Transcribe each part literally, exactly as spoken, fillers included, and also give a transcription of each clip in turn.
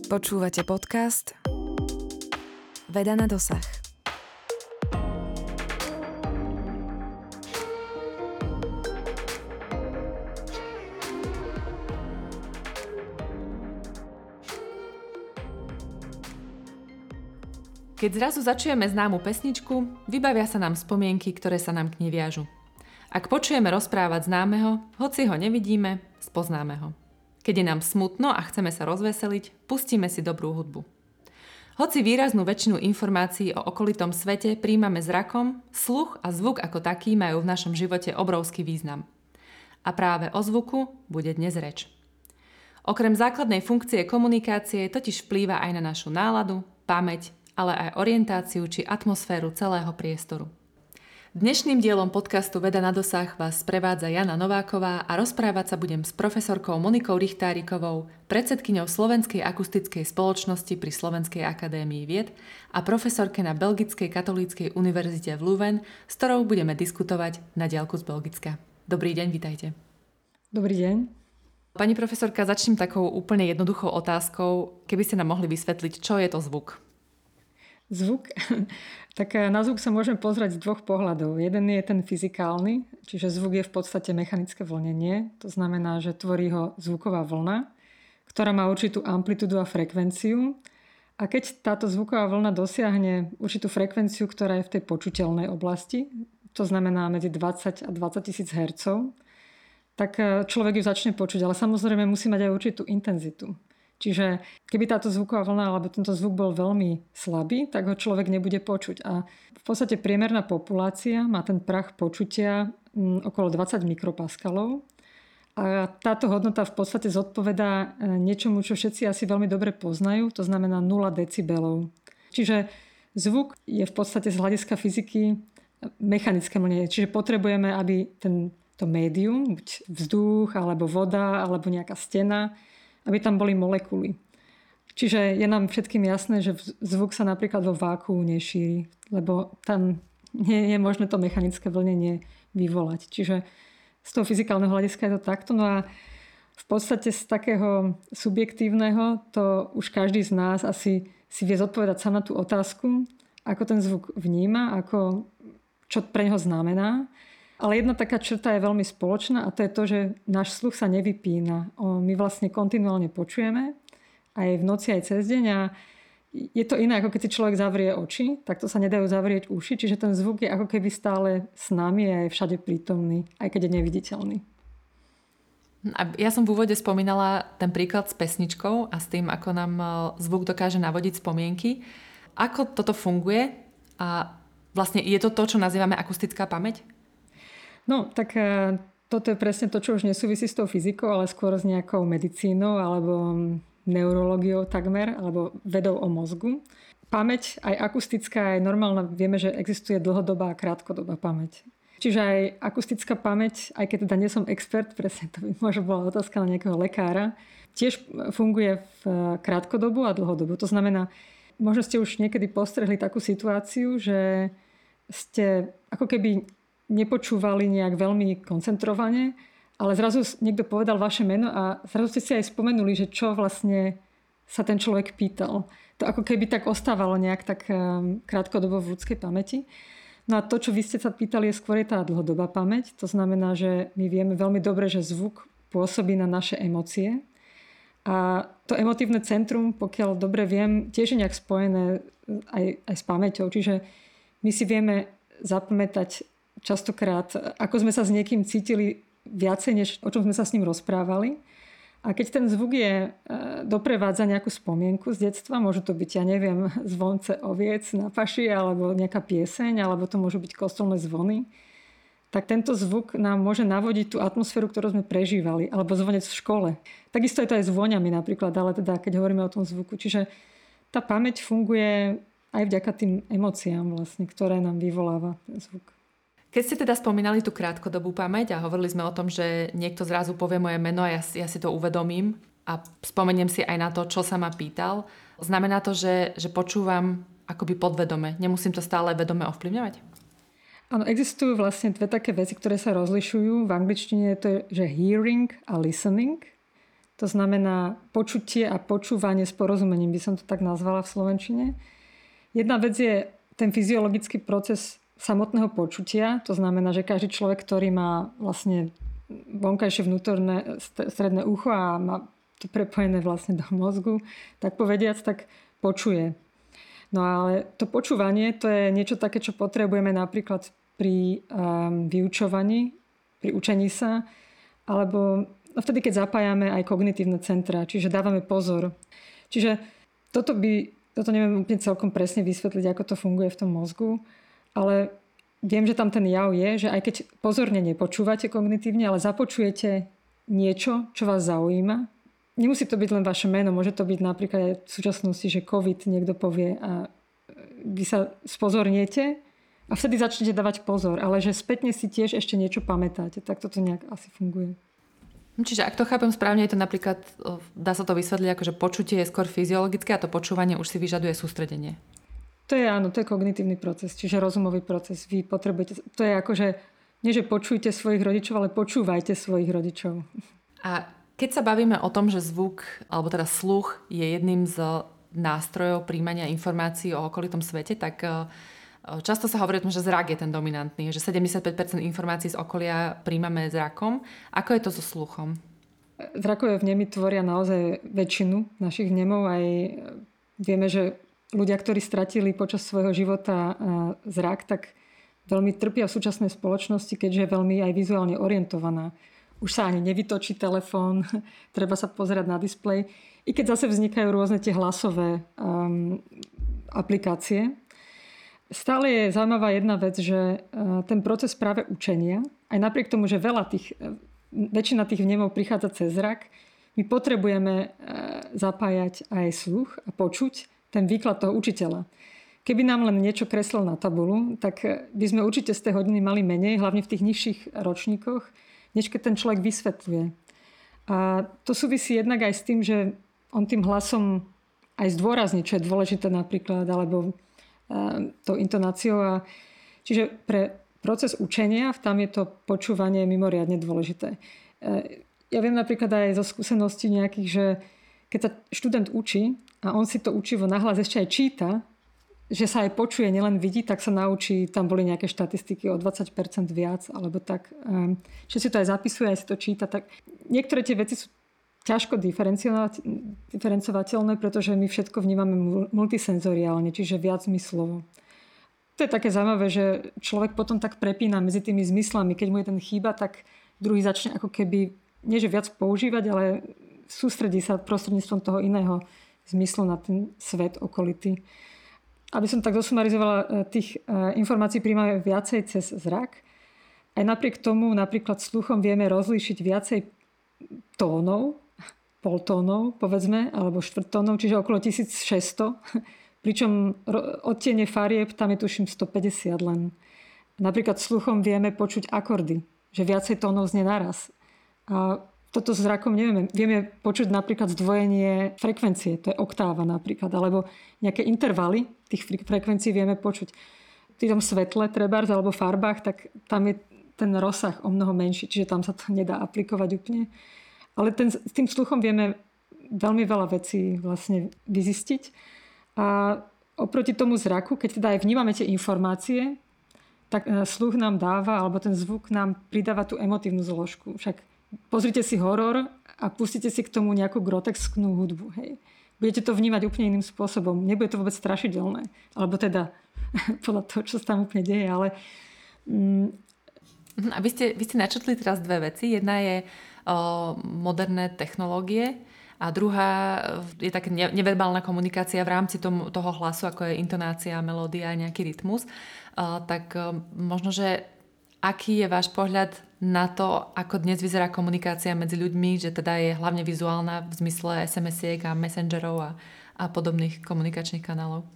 Počúvate podcast Veda na dosah. Keď zrazu začujeme známu pesničku, vybavia sa nám spomienky, ktoré sa nám k nej viažu. Ak počujeme rozprávať známeho, hoci ho nevidíme, spoznáme ho. Keď je nám smutno a chceme sa rozveseliť, pustíme si dobrú hudbu. Hoci výraznú väčšinu informácií o okolitom svete príjmame zrakom, sluch a zvuk ako taký majú v našom živote obrovský význam. A práve o zvuku bude dnes reč. Okrem základnej funkcie komunikácie totiž vplýva aj na našu náladu, pamäť, ale aj orientáciu či atmosféru celého priestoru. Dnešným dielom podcastu Veda na dosah vás sprevádza Jana Nováková a rozprávať sa budem s profesorkou Monikou Richtárikovou, predsedkyňou Slovenskej akustickej spoločnosti pri Slovenskej akadémii vied a profesorke na Belgickej katolíckej univerzite v Leuven, s ktorou budeme diskutovať na diaľku z Belgicka. Dobrý deň, vitajte. Dobrý deň. Pani profesorka, začnem takou úplne jednoduchou otázkou, keby ste nám mohli vysvetliť, čo je to zvuk. Zvuk? Tak na zvuk sa môžeme pozrieť z dvoch pohľadov. Jeden je ten fyzikálny, čiže zvuk je v podstate mechanické vlnenie. To znamená, že tvorí ho zvuková vlna, ktorá má určitú amplitúdu a frekvenciu. A keď táto zvuková vlna dosiahne určitú frekvenciu, ktorá je v tej počuteľnej oblasti, to znamená medzi dvadsať a dvadsať tisíc hertzov, tak človek ju začne počuť. Ale samozrejme musí mať aj určitú intenzitu. Čiže keby táto zvuková vlna alebo tento zvuk bol veľmi slabý, tak ho človek nebude počuť. A v podstate priemerná populácia má ten prach počutia okolo dvadsať mikropaskalov. A táto hodnota v podstate zodpovedá niečomu, čo všetci asi veľmi dobre poznajú, to znamená nula decibelov. Čiže zvuk je v podstate z hľadiska fyziky mechanické vlnenie. Čiže potrebujeme, aby ten, to médium, buď vzduch, alebo voda, alebo nejaká stena, aby tam boli molekuly. Čiže je nám všetkým jasné, že zvuk sa napríklad vo vákuu nešíri, lebo tam nie je možné to mechanické vlnenie vyvolať. Čiže z toho fyzikálneho hľadiska je to takto. No a v podstate z takého subjektívneho to už každý z nás asi si vie zodpovedať sám na tú otázku, ako ten zvuk vníma, ako, čo pre neho znamená. Ale jedna taká črta je veľmi spoločná a to je to, že náš sluch sa nevypína. My vlastne kontinuálne počujeme aj v noci, aj cez deň a je to iné, ako keď si človek zavrie oči, tak to sa nedajú zavrieť uši, čiže ten zvuk je ako keby stále s nami a je všade prítomný, aj keď je neviditeľný. A ja som v úvode spomínala ten príklad s pesničkou a s tým, ako nám zvuk dokáže navodiť spomienky. Ako toto funguje a vlastne je to to, čo nazývame akustická pamäť? No, tak toto je presne to, čo už nesúvisí s tou fyzikou, ale skôr s nejakou medicínou alebo neurológiou takmer, alebo vedou o mozgu. Pamäť, aj akustická, aj normálna, vieme, že existuje dlhodobá a krátkodobá pamäť. Čiže aj akustická pamäť, aj keď teda nie som expert, presne to by možno bola otázka na nejakého lekára, tiež funguje v krátkodobu a dlhodobu. To znamená, možno ste už niekedy postrehli takú situáciu, že ste ako keby nepočúvali nejak veľmi koncentrovane, ale zrazu niekto povedal vaše meno a zrazu ste si aj spomenuli, že čo vlastne sa ten človek pýtal. To ako keby tak ostávalo nejak tak krátkodobo v ľudskej pamäti. No a to, čo vy ste sa pýtali, je skôr tá dlhodobá pamäť. To znamená, že my vieme veľmi dobre, že zvuk pôsobí na naše emócie. A to emotívne centrum, pokiaľ dobre viem, tiež je nejak spojené aj, aj s pamäťou. Čiže my si vieme zapamätať častokrát, ako sme sa s niekým cítili viacej, než o čom sme sa s ním rozprávali. A keď ten zvuk je, doprevádza nejakú spomienku z detstva, môžu to byť, ja neviem, zvonce oviec na paši, alebo nejaká pieseň, alebo to môžu byť kostolné zvony, tak tento zvuk nám môže navodiť tú atmosféru, ktorú sme prežívali, alebo zvonec v škole. Takisto je to aj s vôňami napríklad, ale teda keď hovoríme o tom zvuku. Čiže tá pamäť funguje aj vďaka tým emóciám vlastne, ktoré nám vyvoláva ten zvuk. Keď ste teda spomínali tú krátkodobú pamäť a hovorili sme o tom, že niekto zrazu povie moje meno a ja, ja si to uvedomím a spomeniem si aj na to, čo sa ma pýtal, znamená to, že, že počúvam akoby podvedome. Nemusím to stále vedome ovplyvňovať? Áno, existujú vlastne dve také veci, ktoré sa rozlišujú. V angličtine je to, že hearing a listening. To znamená počutie a počúvanie s porozumením, by som to tak nazvala v slovenčine. Jedna vec je ten fyziologický proces samotného počutia. To znamená, že každý človek, ktorý má vlastne vonkajšie vnútorné stredné ucho a má to prepojené vlastne do mozgu, tak povediac, tak počuje. No ale to počúvanie, to je niečo také, čo potrebujeme napríklad pri um, vyučovaní, pri učení sa, alebo no vtedy, keď zapájame aj kognitívne centra, čiže dávame pozor. Čiže toto by, toto neviem úplne celkom presne vysvetliť, ako to funguje v tom mozgu, ale viem, že tam ten jav je, že aj keď pozorne nepočúvate kognitívne, ale započujete niečo, čo vás zaujíma. Nemusí to byť len vaše meno, môže to byť napríklad aj v súčasnosti, že COVID niekto povie a vy sa spozorniete a vtedy začnete dávať pozor, ale že spätne si tiež ešte niečo pamätáte. Tak toto nejak asi funguje. Čiže ak to chápem správne, je to napríklad, dá sa to vysvetliť ako, že počutie je skôr fyziologické a to počúvanie už si vyžaduje sústredenie. To je áno, to je kognitívny proces, čiže rozumový proces. Vy potrebujete, to je ako, že nie, že počujte svojich rodičov, ale počúvajte svojich rodičov. A keď sa bavíme o tom, že zvuk, alebo teda sluch je jedným z nástrojov príjmania informácií o okolitom svete, tak často sa hovorí o tom, že zrak je ten dominantný, že sedemdesiatpäť percent informácií z okolia príjmame zrakom. Ako je to so sluchom? Zrakové vnemy tvoria naozaj väčšinu našich vnemov. Aj vieme, že ľudia, ktorí stratili počas svojho života zrak, tak veľmi trpia v súčasnej spoločnosti, keďže je veľmi aj vizuálne orientovaná. Už sa ani nevytočí telefón, treba sa pozerať na displej. I keď zase vznikajú rôzne tie hlasové um, aplikácie. Stále je zaujímavá jedna vec, že ten proces práve učenia, aj napriek tomu, že veľa tých, väčšina tých vnemov prichádza cez zrak, my potrebujeme zapájať aj sluch a počuť ten výklad toho učiteľa. Keby nám len niečo kreslil na tabulu, tak by sme určite z tej hodiny mali menej, hlavne v tých nižších ročníkoch, než keď ten človek vysvetľuje. A to súvisí jednak aj s tým, že on tým hlasom aj zdôrazní, čo je dôležité napríklad, alebo tou intonáciou. A čiže pre proces učenia tam je to počúvanie mimoriadne dôležité. Ja viem napríklad aj zo skúseností nejakých, že keď sa študent učí a on si to učivo nahlas ešte aj číta, že sa aj počuje, nielen vidí, tak sa naučí, tam boli nejaké štatistiky o dvadsať percent viac, alebo tak, že si to aj zapisuje, aj si to číta. Tak niektoré tie veci sú ťažko diferencovateľné, pretože my všetko vnímame multisenzoriálne, čiže viac zmyslovo. To je také zaujímavé, že človek potom tak prepína medzi tými zmyslami. Keď mu je ten chýba, tak druhý začne ako keby, nie že viac používať, ale sústredí sa prostredníctvom toho iného zmyslu na ten svet okolitý. Aby som tak zosumarizovala, tých informácií príjmame viacej cez zrak. Aj napriek tomu, napríklad sluchom vieme rozlíšiť viacej tónov, poltónov, povedzme, alebo štvrtónov, čiže okolo tisícšesťsto. Pričom odtiene farieb, tam je tuším stopäťdesiat len. Napríklad sluchom vieme počuť akordy, že viacej tónov znie naraz. A toto s zrakom nevieme. Vieme počuť napríklad zdvojenie frekvencie, to je oktáva napríklad, alebo nejaké intervaly tých frekvencií vieme počuť. V tom svetle, trebárs alebo farbách, tak tam je ten rozsah o mnoho menší, čiže tam sa to nedá aplikovať úplne. Ale ten, s tým sluchom vieme veľmi veľa vecí vlastne vyzistiť. A oproti tomu zraku, keď teda aj vnímame tie informácie, tak sluch nám dáva, alebo ten zvuk nám pridáva tú emotívnu zložku. Však pozrite si horor a pustite si k tomu nejakú grotesknú hudbu. Hej. Budete to vnímať úplne iným spôsobom. Nebude to vôbec strašidelné. Alebo teda podľa toho, čo sa tam úplne deje. Ale... Mm... A vy ste, vy ste načrtli teraz dve veci. Jedna je o, moderné technológie a druhá je taká neverbálna komunikácia v rámci tomu, toho hlasu, ako je intonácia, melódia a nejaký rytmus. O, tak o, možno, že aký je váš pohľad na to, ako dnes vyzerá komunikácia medzi ľuďmi, že teda je hlavne vizuálna v zmysle es em esiek a messengerov a, a podobných komunikačných kanálov?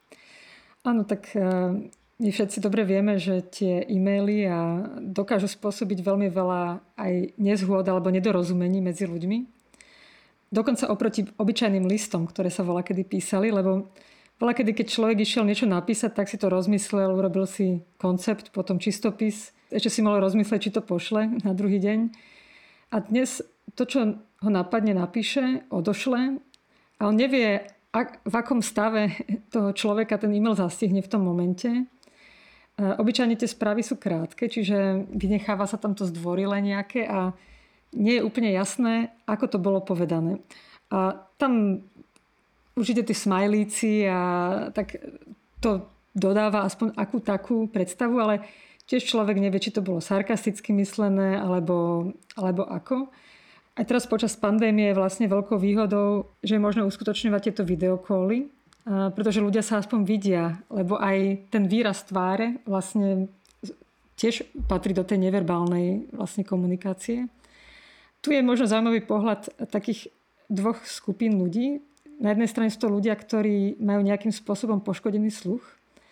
Áno, tak my všetci dobre vieme, že tie e-maily a dokážu spôsobiť veľmi veľa aj nezhôd alebo nedorozumení medzi ľuďmi. Dokonca oproti obyčajným listom, ktoré sa voľakedy písali, lebo voľakedy, keď človek išiel niečo napísať, tak si to rozmyslel, urobil si koncept, potom čistopis. Ešte si mohol rozmyslieť, či to pošle na druhý deň. A dnes to, čo ho napadne, napíše, odošle a on nevie, ak, v akom stave toho človeka ten e-mail zastihne v tom momente. Obyčajne tie správy sú krátke, čiže vynecháva sa tam to zdvorilé nejaké a nie je úplne jasné, ako to bolo povedané. A tam určite tí smajlíci a tak to dodáva aspoň akú takú predstavu, ale tiež človek nevie, či to bolo sarkasticky myslené alebo, alebo ako. Aj teraz počas pandémie je vlastne veľkou výhodou, že je možné uskutočňovať tieto videokóly, pretože ľudia sa aspoň vidia, lebo aj ten výraz tváre vlastne tiež patrí do tej neverbálnej vlastne komunikácie. Tu je možno zaujímavý pohľad takých dvoch skupín ľudí. Na jednej strane sú to ľudia, ktorí majú nejakým spôsobom poškodený sluch.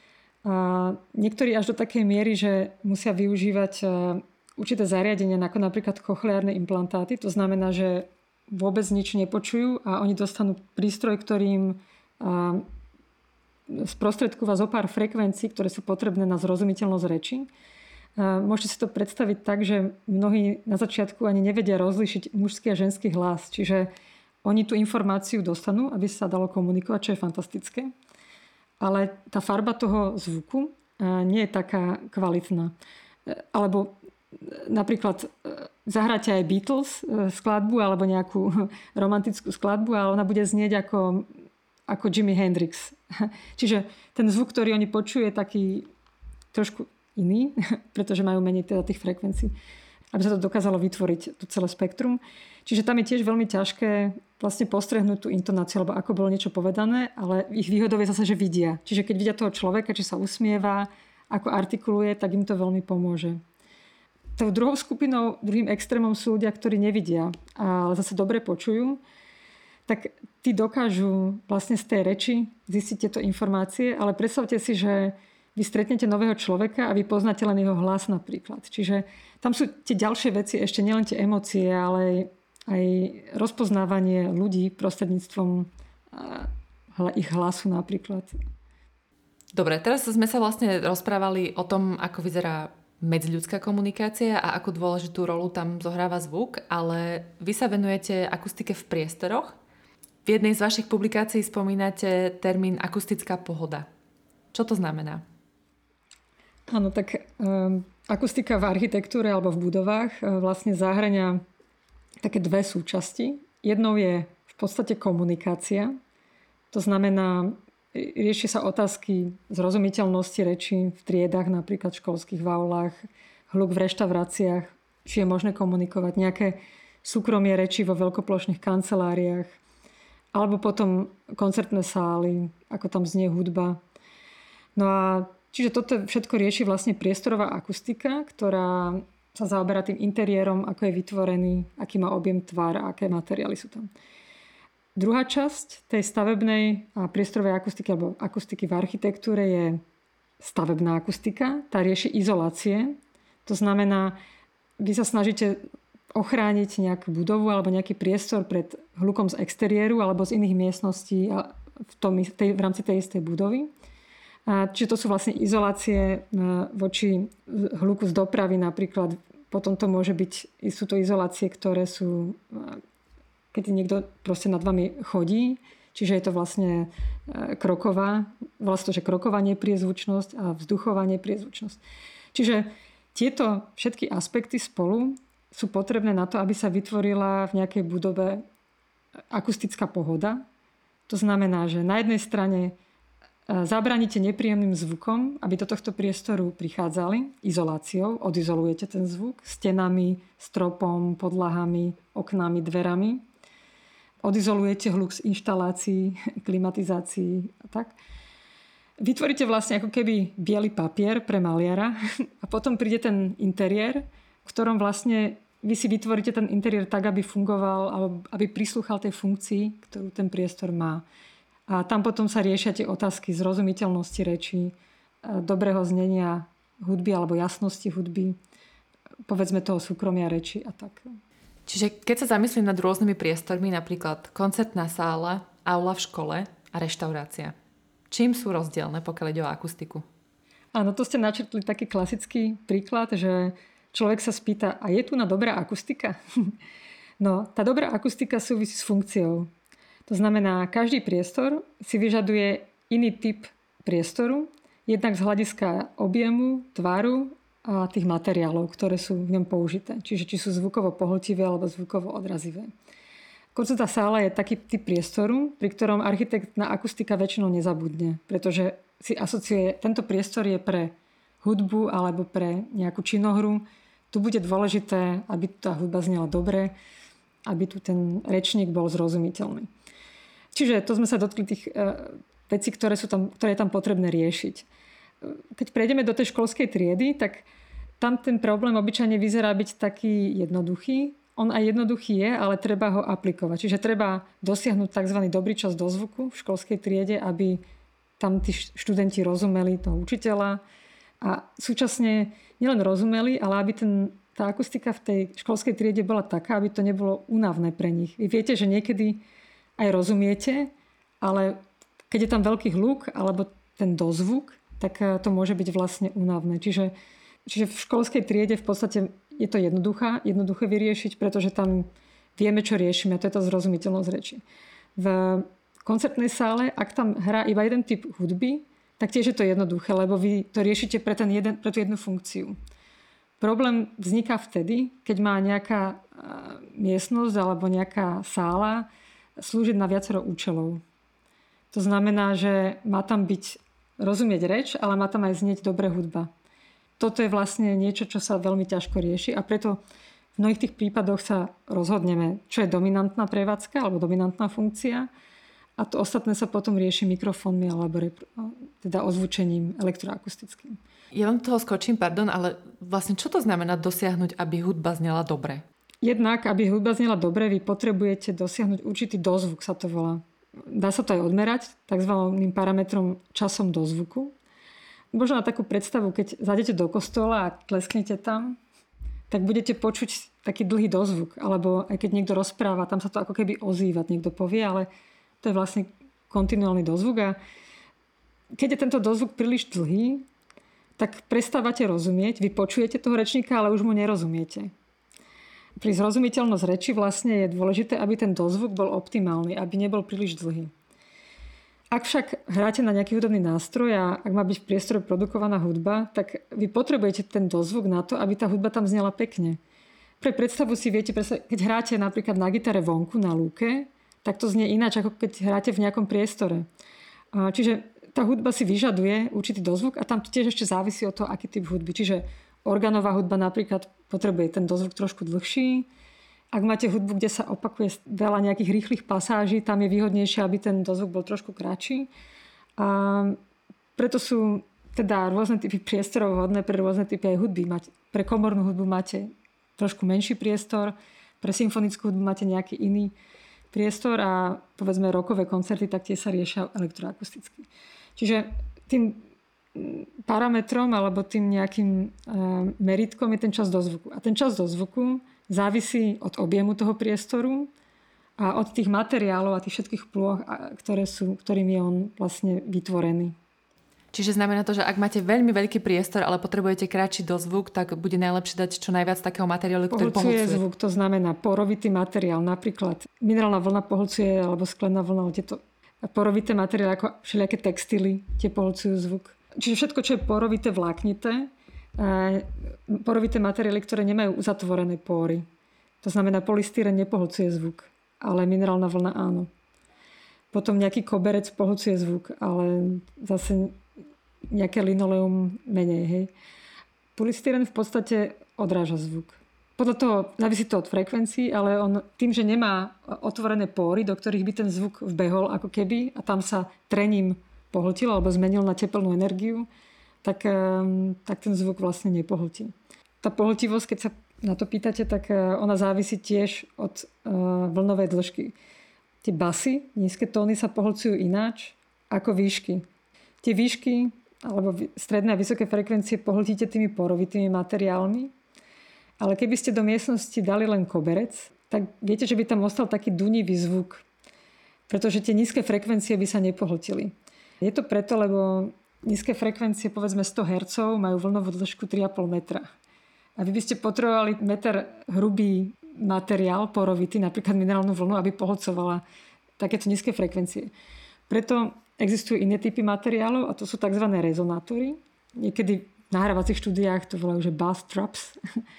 A niektorí až do takej miery, že musia využívať určité zariadenia, ako napríklad kochleárne implantáty. To znamená, že vôbec nič nepočujú a oni dostanú prístroj, ktorým sprostredkúva zo pár frekvencií, ktoré sú potrebné na zrozumiteľnosť reči. Môžete si to predstaviť tak, že mnohí na začiatku ani nevedia rozlíšiť mužský a ženský hlas. Čiže oni tú informáciu dostanú, aby sa dalo komunikovať, čo je fantastické. Ale tá farba toho zvuku nie je taká kvalitná. Alebo napríklad zahráte aj Beatles skladbu alebo nejakú romantickú skladbu, ale ona bude znieť ako ako Jimi Hendrix. Čiže ten zvuk, ktorý oni počujú, je taký trošku iný, pretože majú menej teda tých frekvencií, aby sa to dokázalo vytvoriť to celé spektrum. Čiže tam je tiež veľmi ťažké vlastne postrehnúť tú intonáciu, alebo ako bolo niečo povedané, ale ich výhodou je zase, že vidia. Čiže keď vidia toho človeka, či sa usmieva, ako artikuluje, tak im to veľmi pomôže. Tou druhou skupinou, druhým extrémom sú ľudia, ktorí nevidia, ale zase dobre počujú, tak tí dokážu vlastne z tej reči zistiť tieto informácie, ale predstavte si, že vy stretnete nového človeka a vy poznáte len jeho hlas napríklad. Čiže tam sú tie ďalšie veci, ešte nielen tie emócie, ale aj rozpoznávanie ľudí prostredníctvom ich hlasu napríklad. Dobre, teraz sme sa vlastne rozprávali o tom, ako vyzerá medziľudská komunikácia a akú dôležitú rolu tam zohráva zvuk, ale vy sa venujete akustike v priestoroch. V jednej z vašich publikácií spomínate termín akustická pohoda. Čo to znamená? Áno, tak um, akustika v architektúre alebo v budovách uh, vlastne zahŕňa také dve súčasti. Jednou je v podstate komunikácia. To znamená, rieši sa otázky zrozumiteľnosti rečí v triedách, napríklad v školských v aulách, hluk v reštauráciách, či je možné komunikovať, nejaké súkromie rečí vo veľkoplošných kanceláriách, alebo potom koncertné sály, ako tam znie hudba. No a čiže toto všetko rieši vlastne priestorová akustika, ktorá sa zaoberá tým interiérom, ako je vytvorený, aký má objem tvár a aké materiály sú tam. Druhá časť tej stavebnej a priestorovej akustiky alebo akustiky v architektúre je stavebná akustika. Tá rieši izolácie. To znamená, vy sa snažíte ochrániť nejakú budovu alebo nejaký priestor pred hlukom z exteriéru alebo z iných miestností v, tom, tej, v rámci tej istej budovy. A čiže to sú vlastne izolácie voči hluku z dopravy napríklad. Potom to môže byť, sú to izolácie, ktoré sú, keď niekto proste nad vami chodí, čiže je to vlastne kroková, vlastne to, že kroková nepriezvučnosť a vzduchová nepriezvučnosť. Čiže tieto všetky aspekty spolu sú potrebné na to, aby sa vytvorila v nejakej budove akustická pohoda. To znamená, že na jednej strane zabránite nepríjemným zvukom, aby do tohto priestoru prichádzali izoláciou, odizolujete ten zvuk stenami, stropom, podlahami, oknami, dverami. Odizolujete hluk z inštalácií, klimatizácií a tak. Vytvoríte vlastne ako keby biely papier pre maliara a potom príde ten interiér, v ktorom vlastne vy si vytvoríte ten interiér tak, aby fungoval alebo aby prislúchal tej funkcii, ktorú ten priestor má. A tam potom sa riešia tie otázky zrozumiteľnosti rečí, dobrého znenia hudby alebo jasnosti hudby, povedzme toho súkromia reči a tak. Čiže keď sa zamyslím nad rôznymi priestormi, napríklad koncertná sála, aula v škole a reštaurácia, čím sú rozdielne, pokiaľ ide o akustiku? Áno, to ste načrtli taký klasický príklad, že človek sa spýta, a je tu na dobrá akustika? No, tá dobrá akustika súvisí s funkciou. To znamená, každý priestor si vyžaduje iný typ priestoru, jednak z hľadiska objemu, tvaru a tých materiálov, ktoré sú v ňom použité. Čiže či sú zvukovo pohltivé alebo zvukovo odrazivé. Koncertná sála je taký typ priestoru, pri ktorom architekt na akustika väčšinou nezabudne, pretože si asociuje, tento priestor je pre hudbu alebo pre nejakú činohru. Tu bude dôležité, aby tá hudba znela dobre, aby tu ten rečník bol zrozumiteľný. Čiže to sme sa dotkli tých uh, vecí, ktoré, sú tam, ktoré je tam potrebné riešiť. Keď prejdeme do tej školskej triedy, tak tam ten problém obyčajne vyzerá byť taký jednoduchý. On aj jednoduchý je, ale treba ho aplikovať. Čiže treba dosiahnuť tzv. Dobrý čas do zvuku v školskej triede, aby tam tí študenti rozumeli toho učiteľa a súčasne nielen rozumeli, ale aby ten, tá akustika v tej školskej triede bola taká, aby to nebolo únavné pre nich. Vy viete, že niekedy aj rozumiete, ale keď je tam veľký hluk alebo ten dozvuk, tak to môže byť vlastne únavné. Čiže, čiže v školskej triede v podstate je to jednoduché, jednoduché vyriešiť, pretože tam vieme, čo riešime. To je tá zrozumiteľnosť reči. V koncertnej sále, ak tam hrá iba jeden typ hudby, tak tiež je to jednoduché, lebo vy to riešite pre, ten jeden, pre tú jednu funkciu. Problém vzniká vtedy, keď má nejaká miestnosť alebo nejaká sála slúžiť na viacero účelov. To znamená, že má tam byť rozumieť reč, ale má tam aj znieť dobré hudba. Toto je vlastne niečo, čo sa veľmi ťažko rieši a preto v mnohých tých prípadoch sa rozhodneme, čo je dominantná prevádzka alebo dominantná funkcia a to ostatné sa potom rieši mikrofónmi alebo rep- teda ozvučením elektroakustickým. Ja vám toho skočím, pardon, ale vlastne čo to znamená dosiahnuť, aby hudba znela dobre? Jednak, aby hudba znela dobre, vy potrebujete dosiahnuť určitý dozvuk, sa to volá. Dá sa to aj odmerať takzvaným parametrom časom dozvuku. Možno na takú predstavu, keď zájdete do kostola a tlesknete tam, tak budete počuť taký dlhý dozvuk. Alebo aj keď niekto rozpráva, tam sa to ako keby ozýva, niekto povie, ale to je vlastne kontinuálny dozvuk. A keď je tento dozvuk príliš dlhý, tak prestávate rozumieť, vy počujete toho rečníka, ale už mu nerozumiete. Pri zrozumiteľnosť reči vlastne je dôležité, aby ten dozvuk bol optimálny, aby nebol príliš dlhý. Ak však hráte na nejaký hudobný nástroj a ak má byť v priestore produkovaná hudba, tak vy potrebujete ten dozvuk na to, aby tá hudba tam znela pekne. Pre predstavu si viete, keď hráte napríklad na gitare vonku, na lúke, tak to znie ináč, ako keď hráte v nejakom priestore. Čiže tá hudba si vyžaduje určitý dozvuk a tam tiež ešte závisí od toho, aký typ hudby. Čiže organová hudba napríklad potrebuje ten dozvuk trošku dlhší. Ak máte hudbu, kde sa opakuje veľa nejakých rýchlych pasáží, tam je výhodnejšie, aby ten dozvuk bol trošku kratší. A preto sú teda rôzne typy priestorov vhodné pre rôzne typy aj hudby. Máte, pre komornú hudbu máte trošku menší priestor, pre symfonickú hudbu máte nejaký iný priestor a povedzme rockové koncerty tak tie sa riešia elektroakusticky. Čiže tým parametrom alebo tým nejakým meritkom je ten čas dozvuku. A ten čas dozvuku závisí od objemu toho priestoru a od tých materiálov a tých všetkých plôch, ktoré sú, ktorým je on vlastne vytvorený. Čiže znamená to, že ak máte veľmi veľký priestor, ale potrebujete kratší dozvuk, tak bude najlepšie dať čo najviac takého materiálu, ktorý pohlcuje. Pohlcuje zvuk, to znamená porovitý materiál. Napríklad minerálna vlna pohlcuje, alebo sklená vlna, tieto porovité materiály ako všelijaké textily, tie pohlcujú zvuk. Čiže všetko, čo je porovité, vláknité, porovité materiály, ktoré nemajú uzatvorené póry. To znamená, polystyren nepohlcuje zvuk, ale minerálna vlna áno. Potom nejaký koberec pohlcuje zvuk, ale zase nejaké linoleum menej. Hej. Polystyren v podstate odráža zvuk. Podľa toho, závisí to od frekvencií, ale on tým, že nemá otvorené póry, do ktorých by ten zvuk vbehol ako keby a tam sa trením pohltil alebo zmenil na teplnú energiu, tak, tak ten zvuk vlastne nepohltí. Tá pohltivosť, keď sa na to pýtate, tak ona závisí tiež od vlnovej dĺžky. Tie basy, nízke tóny sa pohlcujú ináč ako výšky. Tie výšky alebo stredné a vysoké frekvencie pohltíte tými porovitými materiálmi, ale keby ste do miestnosti dali len koberec, tak viete, že by tam ostal taký dunivý zvuk, pretože tie nízke frekvencie by sa nepohltili. Je to preto, lebo nízke frekvencie, povedzme sto hertzov, majú vlnovú dĺžku tri a pol metra. A vy by ste potrebovali meter hrubý materiál porovitý, napríklad minerálnu vlnu, aby pohlcovala takéto nízke frekvencie. Preto existujú iné typy materiálov a to sú tzv. Rezonátory. Niekedy v nahrávacích štúdiách to volajú, že bass traps.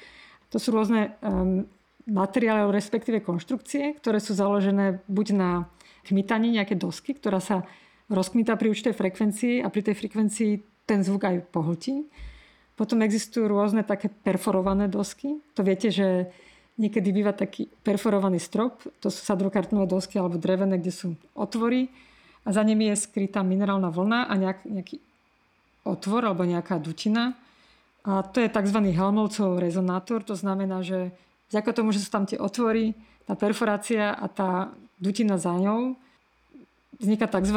To sú rôzne um, materiály, respektíve konštrukcie, ktoré sú založené buď na kmitaní nejaké dosky, ktorá sa rozkmitá pri určitej frekvencii a pri tej frekvencii ten zvuk aj pohltí. Potom existujú rôzne také perforované dosky. To viete, že niekedy býva taký perforovaný strop. To sú sadrokartonové dosky alebo drevené, kde sú otvory a za nimi je skrytá minerálna vlna a nejak, nejaký otvor alebo nejaká dutina. A to je tzv. Helmholtzov rezonátor. To znamená, že vďaka tomu, že sú tam tie otvory, tá perforácia a tá dutina za ňou, vzniká tzv.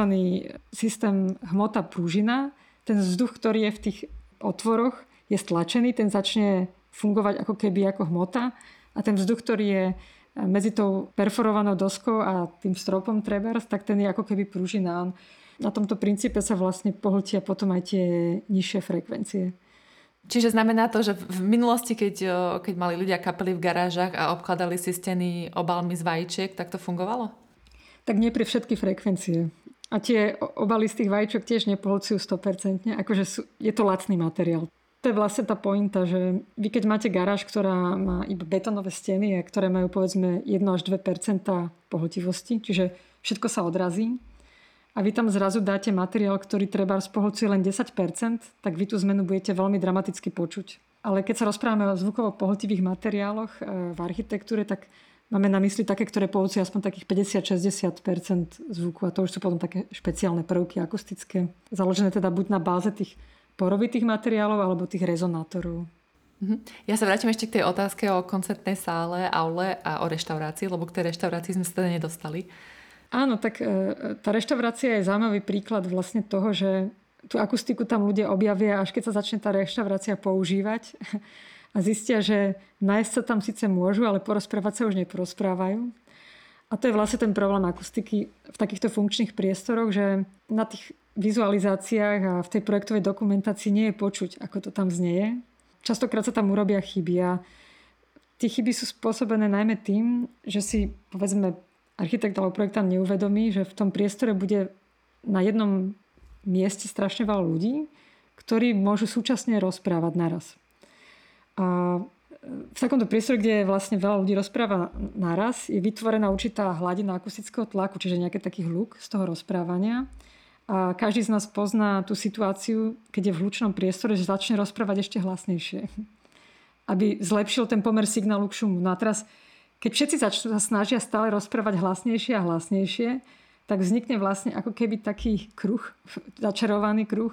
Systém hmota prúžina. Ten vzduch, ktorý je v tých otvoroch, je stlačený, ten začne fungovať ako keby ako hmota a ten vzduch, ktorý je medzi tou perforovanou doskou a tým stropom trebárs, tak ten je ako keby prúžina. Na tomto princípe sa vlastne pohltia potom aj tie nižšie frekvencie. Čiže znamená to, že v minulosti, keď, keď mali ľudia kapely v garážach a obkladali si steny obalmi z vajíčiek, tak to fungovalo? Tak nie pre všetky frekvencie. A tie obaly z tých vajíčok tiež nepohlcujú sto percent. Akože sú, je to lacný materiál. To je vlastne tá pointa, že vy keď máte garáž, ktorá má iba betónové steny, ktoré majú povedzme jedno až dve percentá pohltivosti, čiže všetko sa odrazí, a vy tam zrazu dáte materiál, ktorý treba spohlcuje len desať percent, tak vy tú zmenu budete veľmi dramaticky počuť. Ale keď sa rozprávame o zvukovo pohltivých materiáloch v architektúre, tak máme na mysli také, ktoré pohlcujú aspoň takých päťdesiat až šesťdesiat percent zvuku. A to už sú potom také špeciálne prvky akustické, založené teda buď na báze tých porovitých materiálov alebo tých rezonátorov. Ja sa vrátim ešte k tej otázke o koncertnej sále, aule a o reštaurácii, lebo k tej reštaurácii sme sa teda nedostali. Áno, tak tá reštaurácia je zaujímavý príklad vlastne toho, že tú akustiku tam ľudia objavia, až keď sa začne tá reštaurácia používať a zistia, že nájsť sa tam síce môžu, ale porozprávať sa už neporozprávajú. A to je vlastne ten problém akustiky v takýchto funkčných priestoroch, že na tých vizualizáciách a v tej projektovej dokumentácii nie je počuť, ako to tam znieje. Častokrát sa tam urobia chyby a tie chyby sú spôsobené najmä tým, že si povedzme architekt alebo projektant neuvedomí, že v tom priestore bude na jednom mieste strašne veľa ľudí, ktorí môžu súčasne rozprávať naraz. A v takomto priestore, kde vlastne veľa ľudí rozpráva naraz, je vytvorená určitá hladina akustického tlaku, čiže nejaký taký hluk z toho rozprávania. A každý z nás pozná tú situáciu, keď je v hlučnom priestore, že začne rozprávať ešte hlasnejšie, aby zlepšil ten pomer signálu k šumu. No a teraz keď všetci začnú sa snažia stále rozprávať hlasnejšie a hlasnejšie, tak vznikne vlastne ako keby taký kruh, začarovaný kruh,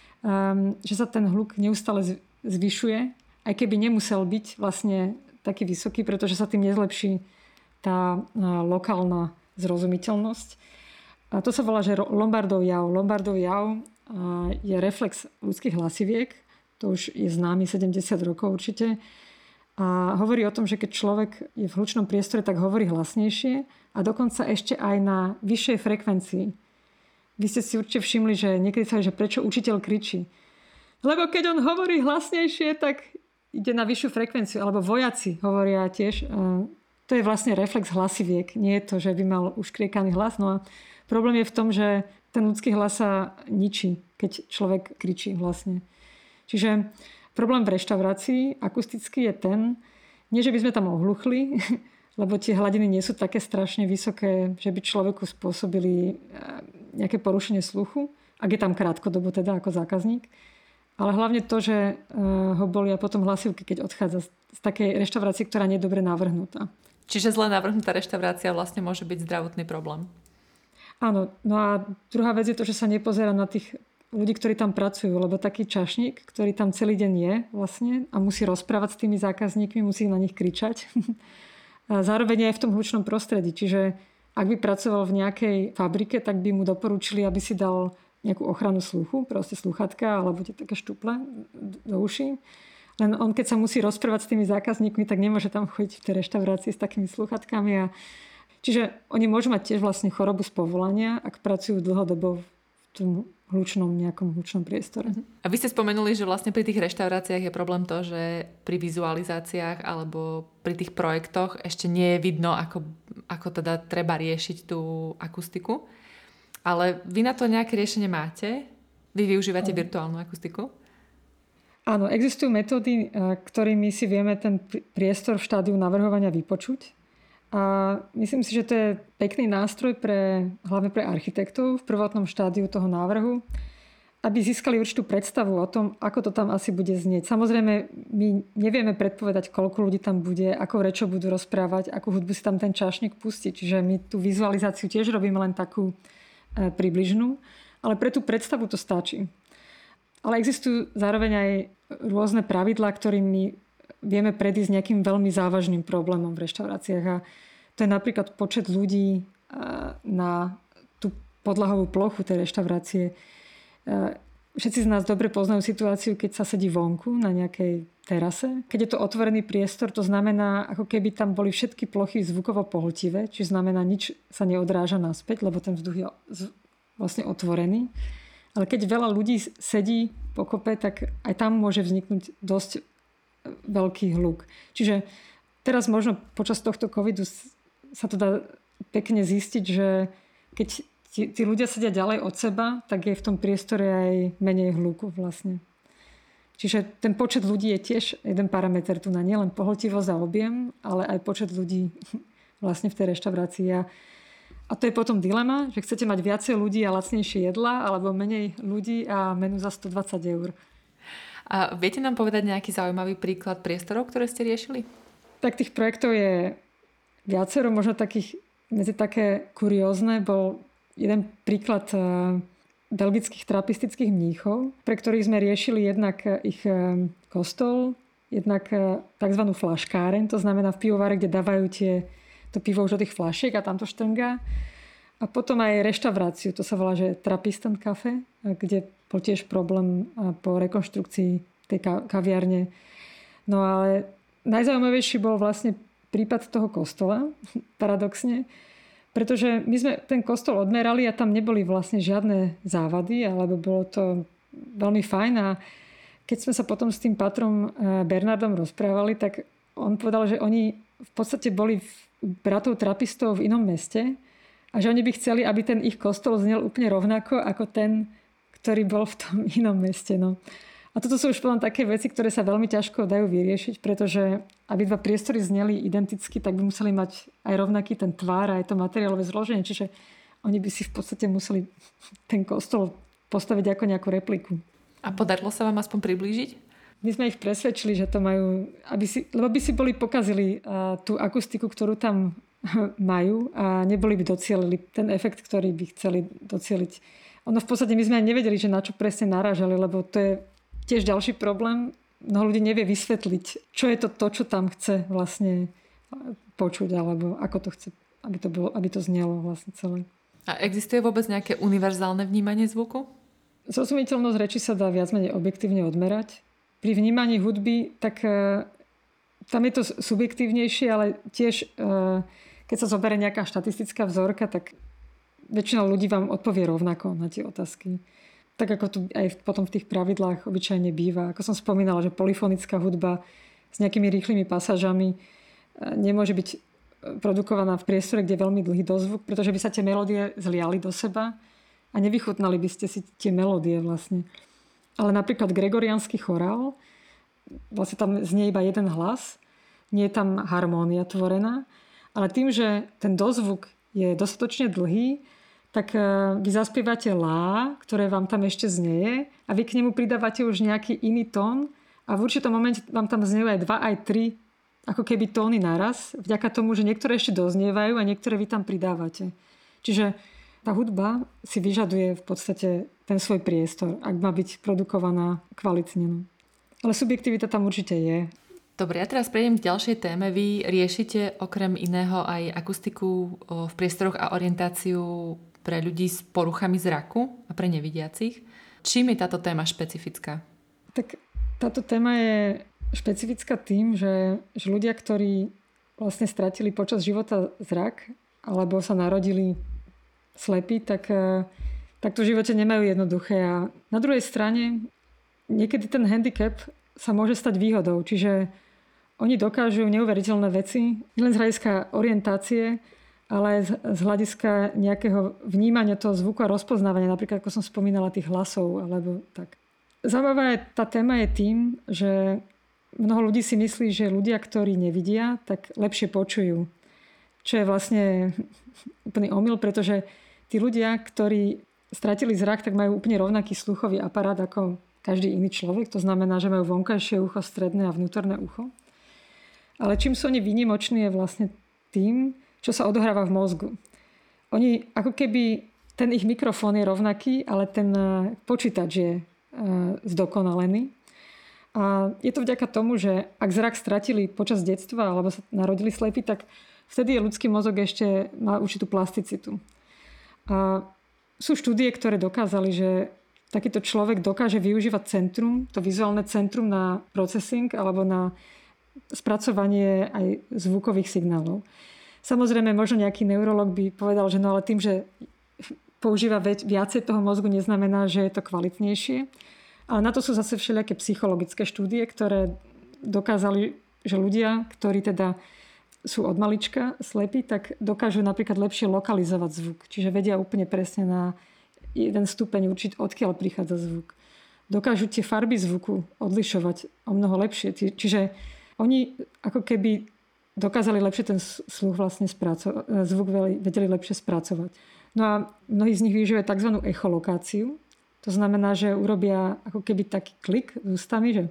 um, že sa ten hluk neustále zvyšuje, aj keby nemusel byť vlastne taký vysoký, pretože sa tým nezlepší tá uh, lokálna zrozumiteľnosť. A to sa volá, že Lombardov jav. Lombardov jav uh, je reflex ľudských hlasiviek, to už je známy sedemdesiat rokov určite. A hovorí o tom, že keď človek je v hlučnom priestore, tak hovorí hlasnejšie a dokonca ešte aj na vyššej frekvencii. Vy ste si určite všimli, že niekedy sa hovorí, že prečo učiteľ kričí. Lebo keď on hovorí hlasnejšie, tak ide na vyššiu frekvenciu. Alebo vojaci hovoria tiež. To je vlastne reflex hlasiviek. Nie je to, že by mal uškriekaný hlas. No a problém je v tom, že ten ľudský hlas sa ničí, keď človek kričí vlastne. Čiže problém v reštaurácii akusticky je ten, nie že by sme tam ohluchli, lebo tie hladiny nie sú také strašne vysoké, že by človeku spôsobili nejaké porušenie sluchu, ak je tam krátkodobo teda ako zákazník. Ale hlavne to, že ho bolia potom hlasivky, keď odchádza z takej reštaurácie, ktorá nie je dobre navrhnutá. Čiže zle navrhnutá reštaurácia vlastne môže byť zdravotný problém. Áno. No a druhá vec je to, že sa nepozerá na tých ľudí, ktorí tam pracujú, lebo taký čašník, ktorý tam celý deň je vlastne a musí rozprávať s tými zákazníkmi, musí na nich kričať. A zároveň aj v tom hlučnom prostredí. Čiže ak by pracoval v nejakej fabrike, tak by mu doporučili, aby si dal nejakú ochranu sluchu, proste sluchatka alebo tie také štuple do uší. Len on, keď sa musí rozprávať s tými zákazníkmi, tak nemôže tam chodiť v tej reštaurácii s takými sluchatkami. A... Čiže oni môžu mať tiež vlastne chorobu z povolania, ak pracujú dlhodobo v tom hlučnom, nejakom hlučnom priestore. A vy ste spomenuli, že vlastne pri tých reštauráciách je problém to, že pri vizualizáciách alebo pri tých projektoch ešte nie je vidno, ako, ako teda treba riešiť tú akustiku. Ale vy na to nejaké riešenie máte? Vy využívate Aj. virtuálnu akustiku? Áno, existujú metódy, ktorými si vieme ten priestor v štádiu navrhovania vypočuť. A myslím si, že to je pekný nástroj pre, hlavne pre architektov v prvotnom štádiu toho návrhu, aby získali určitú predstavu o tom, ako to tam asi bude znieť. Samozrejme, my nevieme predpovedať, koľko ľudí tam bude, ako rečo budú rozprávať, akú hudbu si tam ten čašník pustí. Čiže my tú vizualizáciu tiež robíme len takú e, približnú, ale pre tú predstavu to stačí. Ale existujú zároveň aj rôzne pravidlá, ktorými vieme predísť nejakým veľmi závažným problémom v reštauráciách. A to je napríklad počet ľudí na tú podlahovú plochu tej reštaurácie. Všetci z nás dobre poznajú situáciu, keď sa sedí vonku na nejakej terase. Keď je to otvorený priestor, to znamená, ako keby tam boli všetky plochy zvukovo pohltivé, čiže znamená, nič sa neodráža naspäť, lebo ten vzduch je vlastne otvorený. Ale keď veľa ľudí sedí pokope, tak aj tam môže vzniknúť dosť veľký hluk. Čiže teraz možno počas tohto covidu sa to dá pekne zistiť, že keď tí, tí ľudia sedia ďalej od seba, tak je v tom priestore aj menej hluku vlastne. Čiže ten počet ľudí je tiež jeden parameter tu na nielen pohltivosť a objem, ale aj počet ľudí vlastne v tej reštaurácii. A to je potom dilema, že chcete mať viacej ľudí a lacnejšie jedlá, alebo menej ľudí a menu za stodvadsať eur. A viete nám povedať nejaký zaujímavý príklad priestorov, ktoré ste riešili? Tak tých projektov je viacero, možno takých medzi také kuriózne. Bol jeden príklad belgických trapistických mníchov, pre ktorých sme riešili jednak ich kostol, jednak tzv. Flaškáreň, to znamená v pivovare, kde dávajú tie, to pivo už do tých flašiek a tam to štrngá. A potom aj reštauráciu, to sa volá, že Trappisten Café, kde bol tiež problém po rekonštrukcii tej kaviarne. No ale najzaujímavejší bol vlastne prípad toho kostola, paradoxne, pretože my sme ten kostol odmerali a tam neboli vlastne žiadne závady, alebo bolo to veľmi fajn. A keď sme sa potom s tým patrom Bernardom rozprávali, tak on povedal, že oni v podstate boli bratov trapistov v inom meste a že oni by chceli, aby ten ich kostol znel úplne rovnako ako ten, ktorý bol v tom inom meste. No. A toto sú už potom také veci, ktoré sa veľmi ťažko dajú vyriešiť, pretože aby dva priestory zneli identicky, tak by museli mať aj rovnaký ten tvár, aj to materiálové zloženie. Čiže oni by si v podstate museli ten kostol postaviť ako nejakú repliku. A podarilo sa vám aspoň priblížiť? My sme ich presvedčili, že to majú, aby si, lebo by si boli pokazili uh, tú akustiku, ktorú tam majú a neboli by docielili ten efekt, ktorý by chceli docieliť. Ono v podstate my sme aj nevedeli, že na čo presne narážali, lebo to je tiež ďalší problém. Mnoho ľudí nevie vysvetliť, čo je to to, čo tam chce vlastne počuť, alebo ako to chce, aby to, bolo, aby to znelo vlastne celé. A existuje vôbec nejaké univerzálne vnímanie zvuku? Zrozumiteľnosť reči sa dá viac menej objektívne odmerať. Pri vnímaní hudby, tak e, tam je to subjektívnejšie, ale tiež, e, keď sa zoberie nejaká štatistická vzorka, tak väčšina ľudí vám odpovie rovnako na tie otázky. Tak ako tu aj potom v tých pravidlách obyčajne býva. Ako som spomínala, že polyfonická hudba s nejakými rýchlymi pasážami nemôže byť produkovaná v priestore, kde je veľmi dlhý dozvuk, pretože by sa tie melódie zliali do seba a nevychutnali by ste si tie melódie vlastne. Ale napríklad gregoriánsky chorál, vlastne tam znie iba jeden hlas, nie je tam harmónia tvorená, ale tým, že ten dozvuk je dostatočne dlhý, tak vy zaspievate lá, ktoré vám tam ešte znieje a vy k nemu pridávate už nejaký iný tón a v určitom momente vám tam zniejú aj dva, aj tri ako keby tóny naraz, vďaka tomu, že niektoré ešte doznievajú a niektoré vy tam pridávate. Čiže tá hudba si vyžaduje v podstate ten svoj priestor, ak má byť produkovaná kvalitne. Ale subjektivita tam určite je. Dobre, ja teraz prejdem k ďalšej téme. Vy riešite okrem iného aj akustiku v priestoroch a orientáciu pre ľudí s poruchami zraku a pre nevidiacich. Čím je táto téma špecifická? Tak táto téma je špecifická tým, že, že ľudia, ktorí vlastne stratili počas života zrak alebo sa narodili slepí, tak tak to v živote nemajú jednoduché. A na druhej strane niekedy ten handicap sa môže stať výhodou. Čiže oni dokážu neuveriteľné veci, nielen z hľadiska orientácie, ale aj z hľadiska nejakého vnímania toho zvuku a rozpoznávania, napríklad ako som spomínala tých hlasov, alebo tak. Zaujímavá je, tá téma je tým, že mnoho ľudí si myslí, že ľudia, ktorí nevidia, tak lepšie počujú. Čo je vlastne úplný omyl, pretože tí ľudia, ktorí stratili zrak, tak majú úplne rovnaký sluchový aparát ako každý iný človek. To znamená, že majú vonkajšie ucho, stredné a vnútorné ucho. Ale čím sú oni výnimoční je vlastne tým, čo sa odohráva v mozgu. Oni, ako keby ten ich mikrofón je rovnaký, ale ten počítač je zdokonalený. A je to vďaka tomu, že ak zrak stratili počas detstva alebo sa narodili slepí, tak vtedy je ľudský mozog ešte má určitú plasticitu. A sú štúdie, ktoré dokázali, že takýto človek dokáže využívať centrum, to vizuálne centrum na processing alebo na spracovanie aj zvukových signálov. Samozrejme, možno nejaký neurolog by povedal, že no ale tým, že používa viacej toho mozgu, neznamená, že je to kvalitnejšie. Ale na to sú zase všelijaké psychologické štúdie, ktoré dokázali, že ľudia, ktorí teda sú od malička slepí, tak dokážu napríklad lepšie lokalizovať zvuk. Čiže vedia úplne presne na jeden stupeň určiť, odkiaľ prichádza zvuk. Dokážu tie farby zvuku odlišovať o mnoho lepšie. Čiže oni ako keby dokázali lepšie ten sluch vlastne spracovať, zvuk vedeli lepšie spracovať. No a mnohí z nich využívajú tzv. Echolokáciu. To znamená, že urobia ako keby taký klik s ústami, že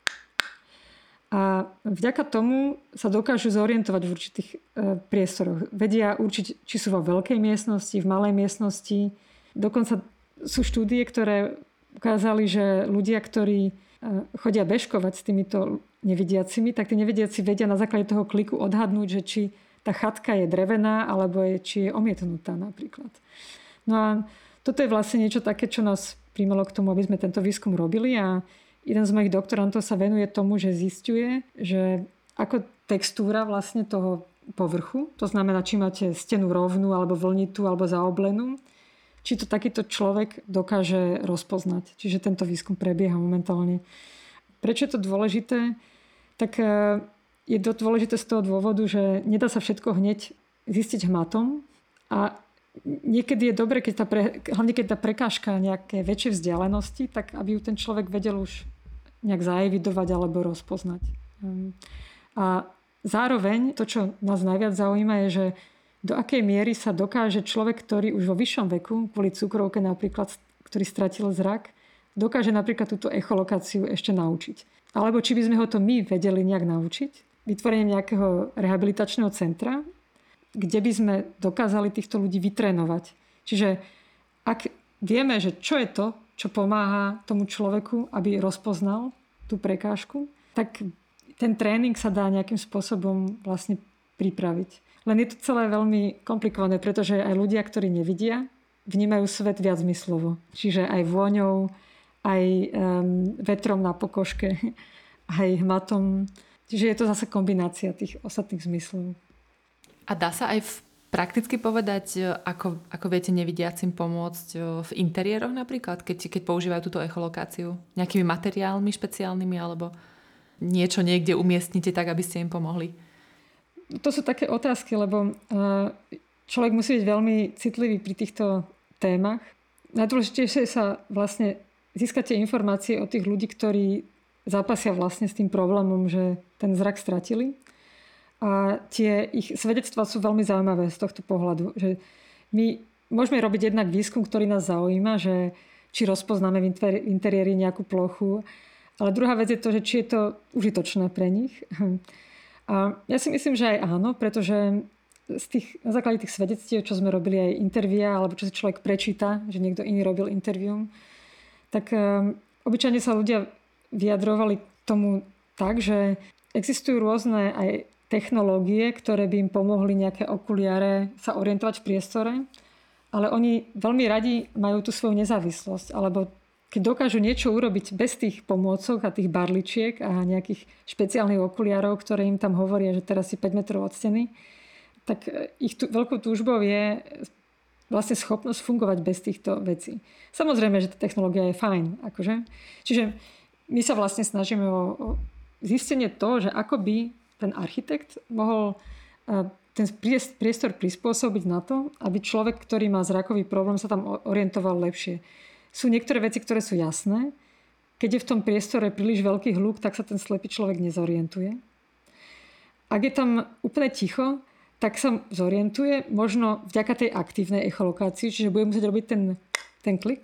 a vďaka tomu sa dokážu zorientovať v určitých e, priestoroch. Vedia určiť, či sú vo veľkej miestnosti, v malej miestnosti. Dokonca sú štúdie, ktoré ukázali, že ľudia, ktorí e, chodia bežkovať s týmito nevidiacimi, tak tí nevidiaci vedia na základe toho kliku odhadnúť, že či tá chatka je drevená alebo je, či je omietnutá napríklad. No a toto je vlastne niečo také, čo nás primelo k tomu, aby sme tento výskum robili a jeden z mojich doktorantov sa venuje tomu, že zisťuje, že ako textúra vlastne toho povrchu, to znamená, či máte stenu rovnú alebo vlnitú alebo zaoblenú, či to takýto človek dokáže rozpoznať. Čiže tento výskum prebieha momentálne. Prečo je to dôležité? Tak je to dôležité z toho dôvodu, že nedá sa všetko hneď zistiť hmatom a niekedy je dobre, keď tá pre, hlavne keď tá prekážka nejaké väčšie vzdialenosti, tak aby ju ten človek vedel už nejak zaevidovať alebo rozpoznať. A zároveň to, čo nás najviac zaujíma, je, že do akej miery sa dokáže človek, ktorý už vo vyššom veku, kvôli cukrovke napríklad, ktorý stratil zrak, dokáže napríklad túto echolokáciu ešte naučiť. Alebo či by sme ho to my vedeli nejak naučiť, vytvorením nejakého rehabilitačného centra, kde by sme dokázali týchto ľudí vytrénovať. Čiže ak vieme, že čo je to, čo pomáha tomu človeku, aby rozpoznal tú prekážku, tak ten tréning sa dá nejakým spôsobom vlastne pripraviť. Len je to celé veľmi komplikované, pretože aj ľudia, ktorí nevidia, vnímajú svet viac zmyslovo. Čiže aj vôňou, aj um, vetrom na pokožke, aj hmatom. Čiže je to zase kombinácia tých ostatných zmyslov. A dá sa aj v, prakticky povedať, ako, ako viete nevidiacim pomôcť v interiéroch napríklad, keď, keď používajú túto echolokáciu? Nejakými materiálmi špeciálnymi alebo niečo niekde umiestnite tak, aby ste im pomohli? To sú také otázky, lebo človek musí byť veľmi citlivý pri týchto témach. Najdôležitejšie sa vlastne získať tie informácie od tých ľudí, ktorí zápasia vlastne s tým problémom, že ten zrak stratili. A tie ich svedectvá sú veľmi zaujímavé z tohto pohľadu. Že my môžeme robiť jednak výskum, ktorý nás zaujíma, že či rozpoznáme v interiéri nejakú plochu. Ale druhá vec je to, že či je to užitočné pre nich. A ja si myslím, že aj áno, pretože z tých, na základe tých svedectiev, čo sme robili aj intervia, alebo čo si človek prečíta, že niekto iný robil interviu, tak um, obyčajne sa ľudia vyjadrovali tomu tak, že existujú rôzne aj technológie, ktoré by im pomohli nejaké okuliare sa orientovať v priestore, ale oni veľmi radi majú tú svoju nezávislosť, alebo keď dokážu niečo urobiť bez tých pomôcok a tých barličiek a nejakých špeciálnych okuliarov, ktoré im tam hovoria, že teraz si päť metrov od steny, tak ich tu, veľkou túžbou je vlastne schopnosť fungovať bez týchto vecí. Samozrejme, že tá technológia je fajn. Akože. Čiže my sa vlastne snažíme o, o zistenie toho, že ako by ten architekt mohol ten priestor prispôsobiť na to, aby človek, ktorý má zrakový problém, sa tam orientoval lepšie. Sú niektoré veci, ktoré sú jasné. Keď je v tom priestore príliš veľký hluk, tak sa ten slepý človek nezorientuje. Ak je tam úplne ticho, tak sa zorientuje možno vďaka tej aktívnej echolokácii, čiže bude musieť robiť ten, ten klik.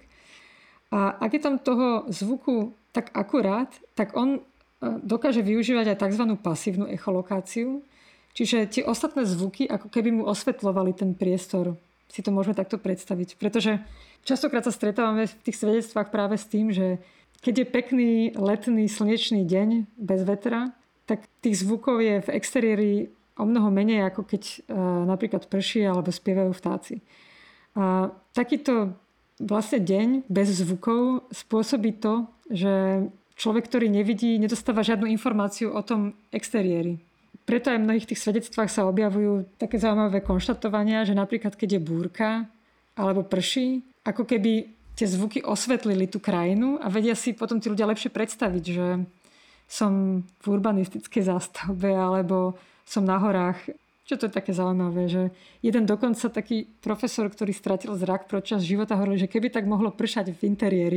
A ak je tam toho zvuku tak akurát, tak on dokáže využívať aj tzv. Pasívnu echolokáciu. Čiže tie ostatné zvuky ako keby mu osvetľovali ten priestor. Si to môžeme takto predstaviť. Pretože častokrát sa stretávame v tých svedectvách práve s tým, že keď je pekný letný slnečný deň bez vetra, tak tých zvukov je v exteriéri o mnoho menej, ako keď e, napríklad prší alebo spievajú vtáci. A takýto vlastne deň bez zvukov spôsobí to, že človek, ktorý nevidí, nedostáva žiadnu informáciu o tom exteriéri. Preto aj v mnohých tých svedectvách sa objavujú také zaujímavé konštatovania, že napríklad keď je búrka alebo prší, ako keby tie zvuky osvetlili tú krajinu a vedia si potom tí ľudia lepšie predstaviť, že som v urbanistickej zástavbe alebo som na horách. Čo to je také zaujímavé, že jeden dokonca taký profesor, ktorý stratil zrak počas života, hovoril, že keby tak mohlo pršať v interiéri.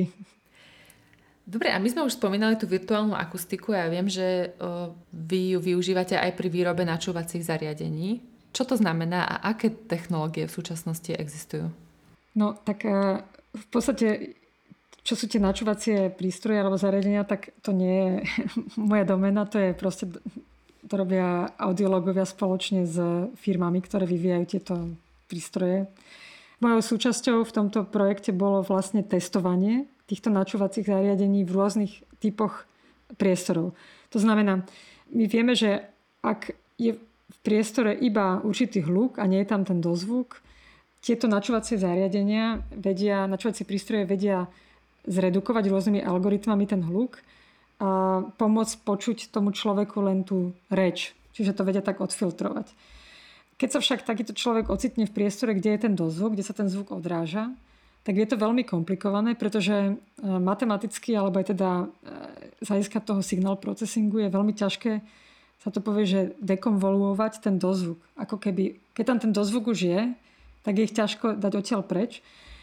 Dobre, a my sme už spomínali tú virtuálnu akustiku a ja viem, že o, vy ju využívate aj pri výrobe načúvacích zariadení. Čo to znamená a aké technológie v súčasnosti existujú? No tak v podstate, čo sú tie načúvacie prístroje alebo zariadenia, tak to nie je moja domena, to je proste, to robia audiológovia spoločne s firmami, ktoré vyvíjajú tieto prístroje. Mojou súčasťou v tomto projekte bolo vlastne testovanie týchto načúvacích zariadení v rôznych typoch priestorov. To znamená, my vieme, že ak je v priestore iba určitý hluk a nie je tam ten dozvuk, tieto načúvacie zariadenia vedia, načúvacie prístroje vedia zredukovať rôznymi algoritmami ten hluk a pomôcť počuť tomu človeku len tú reč. Čiže to vedia tak odfiltrovať. Keď sa však takýto človek ocitne v priestore, kde je ten dozvuk, kde sa ten zvuk odráža, tak je to veľmi komplikované, pretože matematicky, alebo aj teda z hľadiska toho signál processingu je veľmi ťažké, sa to povie, že dekonvoluovať ten dozvuk. Ako keby, keď tam ten dozvuk už je, tak je ich ťažko dať odtiaľ preč.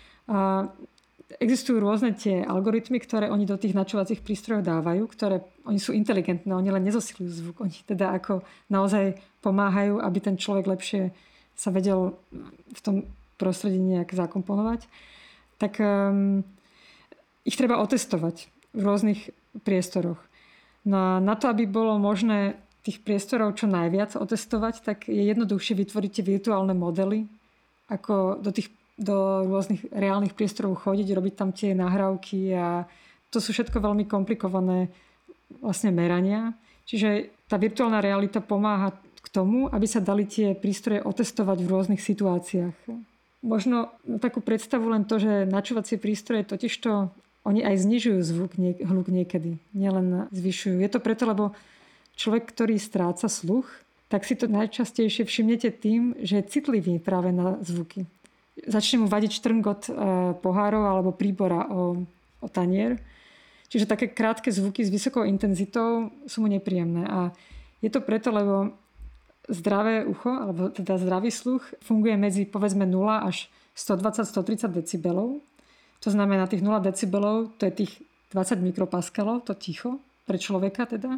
A existujú rôzne tie algoritmy, ktoré oni do tých načúvacích prístrojov dávajú, ktoré oni sú inteligentné, oni len nezosilujú zvuk. Oni teda ako naozaj pomáhajú, aby ten človek lepšie sa vedel v tom prostredí nejak zakomponovať. Tak um, ich treba otestovať v rôznych priestoroch. No a na to, aby bolo možné tých priestorov čo najviac otestovať, tak je jednoduchšie vytvoriť tie virtuálne modely, ako do tých do rôznych reálnych priestorov chodiť, robiť tam tie nahrávky a to sú všetko veľmi komplikované vlastne merania. Čiže tá virtuálna realita pomáha k tomu, aby sa dali tie prístroje otestovať v rôznych situáciách. Možno takú predstavu len to, že načúvacie prístroje totižto oni aj znižujú zvuk, hluk niekedy, nielen zvyšujú. Je to preto, lebo človek, ktorý stráca sluch, tak si to najčastejšie všimnete tým, že je citlivý práve na zvuky. Začne mu vadiť štrngot pohárov alebo príbora o, o tanier. Čiže také krátke zvuky s vysokou intenzitou sú mu nepríjemné. A je to preto, lebo zdravé ucho, alebo teda zdravý sluch funguje medzi povedzme nula až stodvadsať až stotridsať decibelov. To znamená, tých nula decibelov, to je tých dvadsať mikropaskalov, to ticho pre človeka teda.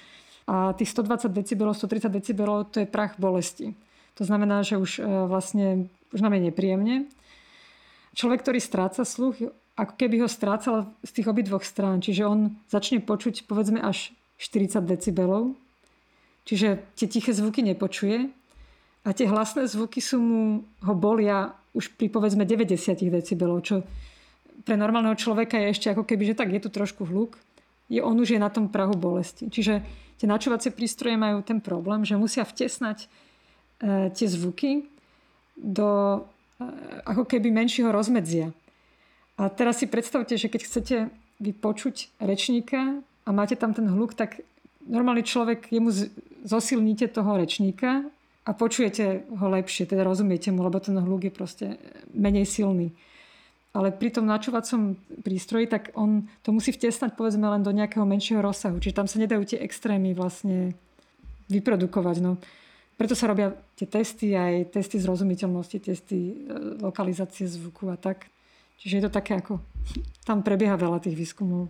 A tých stodvadsať decibelov, stotridsať decibelov, to je prach bolesti. To znamená, že už vlastne už nám je nepríjemne. Človek, ktorý stráca sluch, ako keby ho strácal z tých obidvoch strán. Čiže on začne počuť povedzme až štyridsať decibelov. Čiže tie tiché zvuky nepočuje. A tie hlasné zvuky sú mu, ho bolia už pri povedzme deväťdesiat decibelov, čo pre normálneho človeka je ešte ako keby, že tak je tu trošku hluk. Je, on už je na tom prahu bolesti. Čiže tie načúvacie prístroje majú ten problém, že musia vtesnať e, tie zvuky do e, ako keby menšieho rozmedzia. A teraz si predstavte, že keď chcete vypočuť rečníka a máte tam ten hluk, tak normálny človek, jemu zosilníte toho rečníka a počujete ho lepšie, teda rozumiete mu, lebo ten hluk je proste menej silný. Ale pri tom načúvacom prístroji, tak on to musí vtesnať povedzme len do nejakého menšieho rozsahu. Čiže tam sa nedajú tie extrémy vlastne vyprodukovať. No. Preto sa robia tie testy, aj testy zrozumiteľnosti, testy lokalizácie zvuku a tak. Čiže je to také ako... Tam prebieha veľa tých výskumov.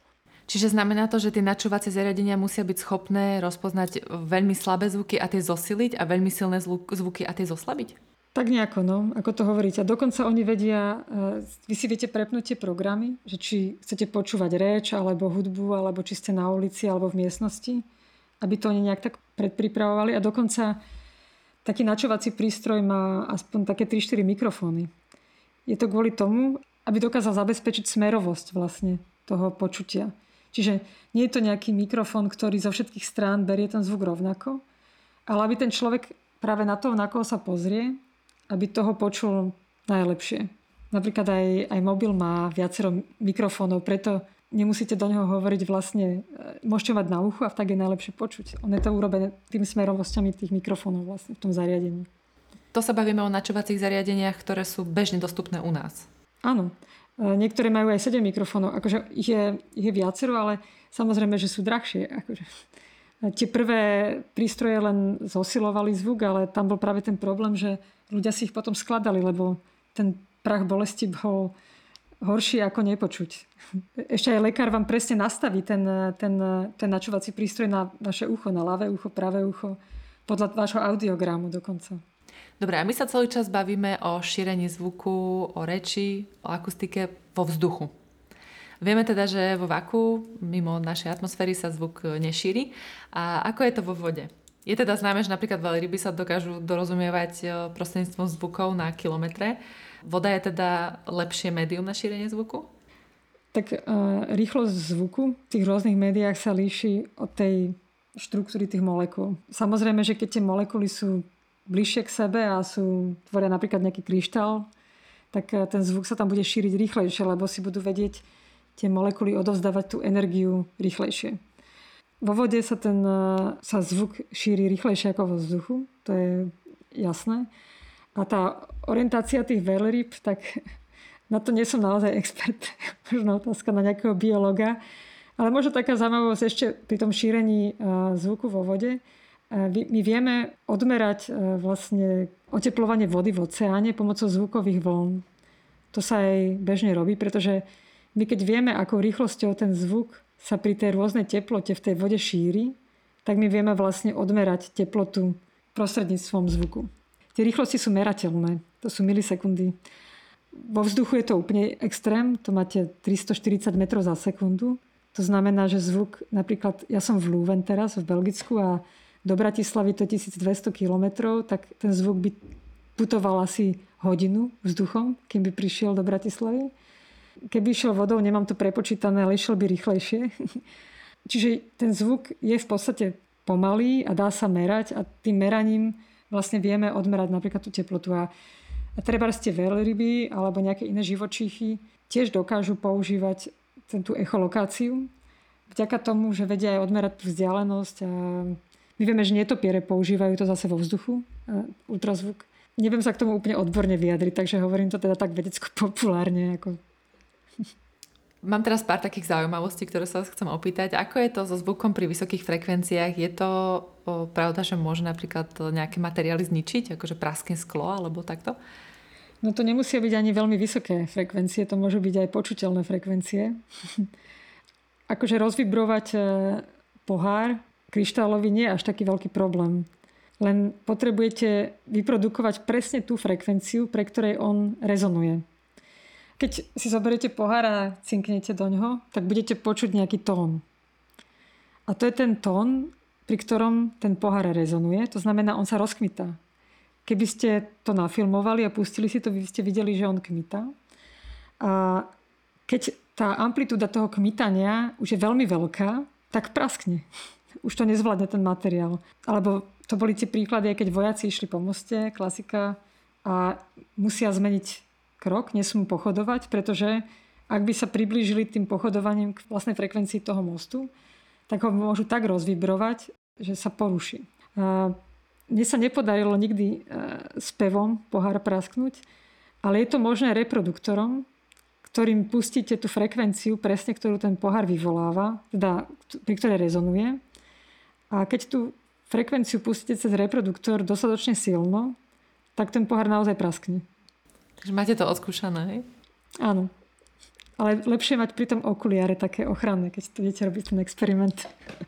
Čiže znamená to, že tie načúvacie zariadenia musia byť schopné rozpoznať veľmi slabé zvuky a tie zosiliť a veľmi silné zvuky a tie zoslabiť? Tak nejako, no, ako to hovoríte. A dokonca oni vedia, vy si viete prepnúť tie programy, že či chcete počúvať reč, alebo hudbu, alebo či ste na ulici, alebo v miestnosti, aby to oni nejak tak predpripravovali. A dokonca taký načúvací prístroj má aspoň také tri štyri mikrofóny. Je to kvôli tomu, aby dokázal zabezpečiť smerovosť vlastne toho počutia. Čiže nie je to nejaký mikrofón, ktorý zo všetkých strán berie ten zvuk rovnako, ale aby ten človek práve na toho, na koho sa pozrie, aby toho počul najlepšie. Napríklad aj, aj mobil má viacero mikrofónov, preto nemusíte do neho hovoriť vlastne, môžete mať na uchu a tak je najlepšie počuť. On je to urobené tými smerovosťami tých mikrofónov vlastne v tom zariadení. To sa bavíme o načúvacích zariadeniach, ktoré sú bežne dostupné u nás. Áno. Niektoré majú aj sedem mikrofónov. Akože ich je, ich je viacero, ale samozrejme, že sú drahšie. Akože. Tie prvé prístroje len zosilovali zvuk, ale tam bol práve ten problém, že ľudia si ich potom skladali, lebo ten prach bolesti bol horší ako nepočuť. Ešte aj lekár vám presne nastaví ten, ten, ten načúvací prístroj na vaše ucho, na ľavé ucho, pravé ucho, podľa vášho audiogramu dokonca. Dobre, a my sa celý čas bavíme o šírení zvuku, o reči, o akustike vo vzduchu. Vieme teda, že vo vaku, mimo našej atmosféry, sa zvuk nešíri. A ako je to vo vode? Je teda známe, že napríklad veľryby sa dokážu dorozumievať prostredníctvom zvukov na kilometre. Voda je teda lepšie médium na šírenie zvuku? Tak uh, rýchlosť zvuku v tých rôznych médiách sa líši od tej štruktúry tých molekúl. Samozrejme, že keď tie molekuly sú bližšie k sebe a sú, tvoria napríklad nejaký kryštál, tak ten zvuk sa tam bude šíriť rýchlejšie, lebo si budú vedieť tie molekuly odovzdávať tú energiu rýchlejšie. Vo vode sa, ten, sa zvuk šíri rýchlejšie ako vo vzduchu, to je jasné. A tá orientácia tých veľrýb, tak na to nie som naozaj expert. Možno otázka na nejakého biológa. Ale možno taká zaujímavosť ešte pri tom šírení zvuku vo vode. My vieme odmerať vlastne oteplovanie vody v oceáne pomocou zvukových vln. To sa aj bežne robí, pretože my keď vieme, akou rýchlosťou ten zvuk sa pri tej rôznej teplote v tej vode šíri, tak my vieme vlastne odmerať teplotu prostredníctvom zvuku. Tie rýchlosti sú merateľné. To sú milisekundy. Vo vzduchu je to úplne extrém. To máte tristoštyridsať metrov za sekundu. To znamená, že zvuk, napríklad ja som v Leuven teraz v Belgicku a do Bratislavy to tisícdvesto kilometrov, tak ten zvuk by putoval asi hodinu vzduchom, kým by prišiel do Bratislavy. Keby išiel vodou, nemám to prepočítané, ale išiel by rýchlejšie. Čiže ten zvuk je v podstate pomalý a dá sa merať a tým meraním vlastne vieme odmerať napríklad tú teplotu. A, a treba ste veľryby alebo nejaké iné živočíchy tiež dokážu používať tú echolokáciu. Vďaka tomu, že vedia aj odmerať tú vzdialenosť. A my vieme, že netopiere používajú to zase vo vzduchu, ultrazvuk. Neviem sa k tomu úplne odborne vyjadriť, takže hovorím to teda tak vedecko-populárne. Ako... Mám teraz pár takých zaujímavostí, ktoré sa vás chcem opýtať. Ako je to so zvukom pri vysokých frekvenciách? Je to o, pravda, že môže napríklad nejaké materiály zničiť, akože praskne sklo alebo takto? No to nemusia byť ani veľmi vysoké frekvencie, to môžu byť aj počuteľné frekvencie. Akože rozvibrovať pohár kryštálový nie je až taký veľký problém. Len potrebujete vyprodukovať presne tú frekvenciu, pre ktorej on rezonuje. Keď si zoberiete pohár a cinknete do ňoho, tak budete počuť nejaký tón. A to je ten tón, pri ktorom ten pohár rezonuje. To znamená, on sa rozkmitá. Keby ste to nafilmovali a pustili si to, vy ste videli, že on kmitá. A keď tá amplitúda toho kmitania už je veľmi veľká, tak praskne. Už to nezvládne ten materiál. Alebo to boli tie príklady, keď vojaci išli po moste, klasika, a musia zmeniť krok, nesmú pochodovať, pretože ak by sa priblížili tým pochodovaním k vlastnej frekvencii toho mostu, tak ho môžu tak rozvibrovať, že sa poruší. A mne sa nepodarilo nikdy s pevom pohár prasknúť, ale je to možné reproduktorom, ktorým pustíte tú frekvenciu, presne ktorú ten pohár vyvoláva, teda pri ktorej rezonuje. A keď tú frekvenciu pustíte cez reproduktor dostatočne silno, tak ten pohár naozaj praskne. Takže máte to odskúšané, hej? Áno. Ale lepšie mať pri tom okuliare také ochranné, keď to idete robiť ten experiment.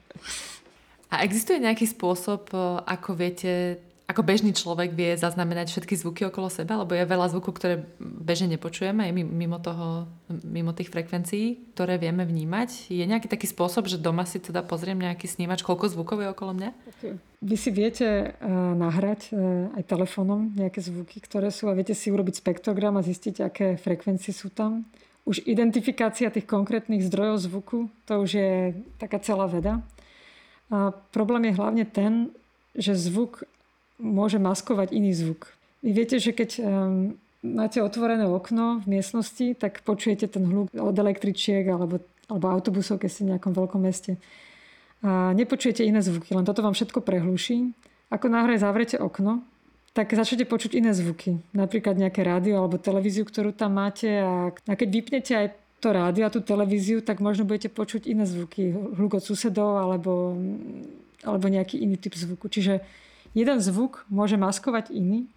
A existuje nejaký spôsob, ako viete, ako bežný človek vie zaznamenať všetky zvuky okolo seba? Lebo je veľa zvukov, ktoré bežne nepočujeme, aj mimo toho, mimo tých frekvencií, ktoré vieme vnímať. Je nejaký taký spôsob, že doma si teda pozriem nejaký snímač, koľko zvukov je okolo mňa? Vy si viete uh, nahrať uh, aj telefónom nejaké zvuky, ktoré sú, a viete si urobiť spektrogram a zistiť, aké frekvencie sú tam. Už identifikácia tých konkrétnych zdrojov zvuku, to už je taká celá veda. A problém je hlavne ten, že zvuk môže maskovať iný zvuk. Vy viete, že keď um, máte otvorené okno v miestnosti, tak počujete ten hluk od električiek alebo, alebo autobusov, keď ste v nejakom veľkom meste. A nepočujete iné zvuky, len toto vám všetko prehluší. Ako náhle zavrete okno, tak začnete počuť iné zvuky. Napríklad nejaké rádio alebo televíziu, ktorú tam máte. A, a keď vypnete aj to rádio a tú televíziu, tak možno budete počuť iné zvuky. Hluk od susedov alebo, alebo nejaký iný typ zvuku. Čiže jeden zvuk môže maskovať iný.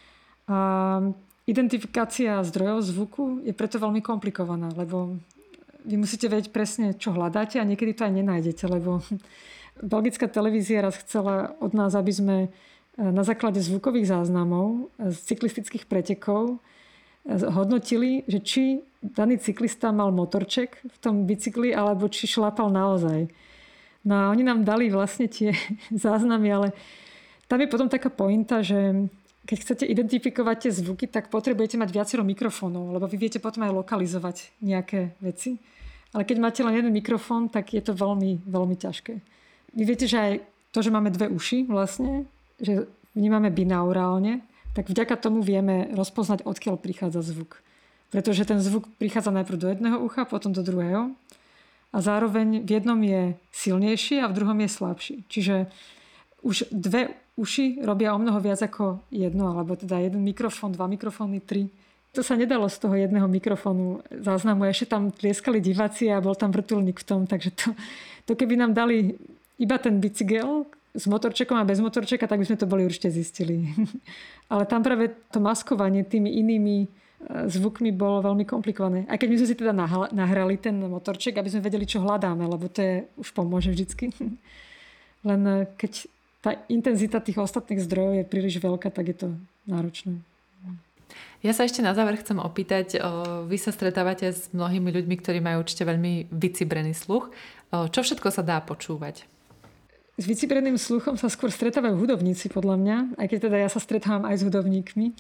A identifikácia zdrojov zvuku je preto veľmi komplikovaná, lebo vy musíte vedieť presne, čo hľadáte, a niekedy to aj nenájdete, lebo belgická televízia raz chcela od nás, aby sme na základe zvukových záznamov z cyklistických pretekov hodnotili, že či daný cyklista mal motorček v tom bicykli, alebo či šlapal naozaj. No a oni nám dali vlastne tie záznamy, ale tam je potom taká pointa, že keď chcete identifikovať tie zvuky, tak potrebujete mať viacero mikrofónov, lebo vy viete potom aj lokalizovať nejaké veci. Ale keď máte len jeden mikrofón, tak je to veľmi, veľmi ťažké. Vy viete, že aj to, že máme dve uši vlastne, že vnímame binaurálne, tak vďaka tomu vieme rozpoznať, odkiaľ prichádza zvuk. Pretože ten zvuk prichádza najprv do jedného ucha, potom do druhého. A zároveň v jednom je silnejší a v druhom je slabší. Čiže už dve uši robia o mnoho viac ako jedno, alebo teda jeden mikrofón, dva mikrofóny, tri. To sa nedalo z toho jedného mikrofónu záznamu. Ešte tam tlieskali diváci a bol tam vrtuľník v tom. Takže to, to keby nám dali iba ten bicykel s motorčekom a bez motorčeka, tak by sme to boli určite zistili. Ale tam práve to maskovanie tými inými zvukmi bolo veľmi komplikované. Aj keď my sme si teda nahrali ten motorček, aby sme vedeli, čo hľadáme, lebo to je, už pomôže vždycky. Len keď tá intenzita tých ostatných zdrojov je príliš veľká, tak je to náročné. Ja sa ešte na záver chcem opýtať, vy sa stretávate s mnohými ľuďmi, ktorí majú určite veľmi vycibrený sluch. Čo všetko sa dá počúvať? S vycibreným sluchom sa skôr stretávajú hudobníci, podľa mňa, aj keď teda ja sa stretávam aj s hudobníkmi.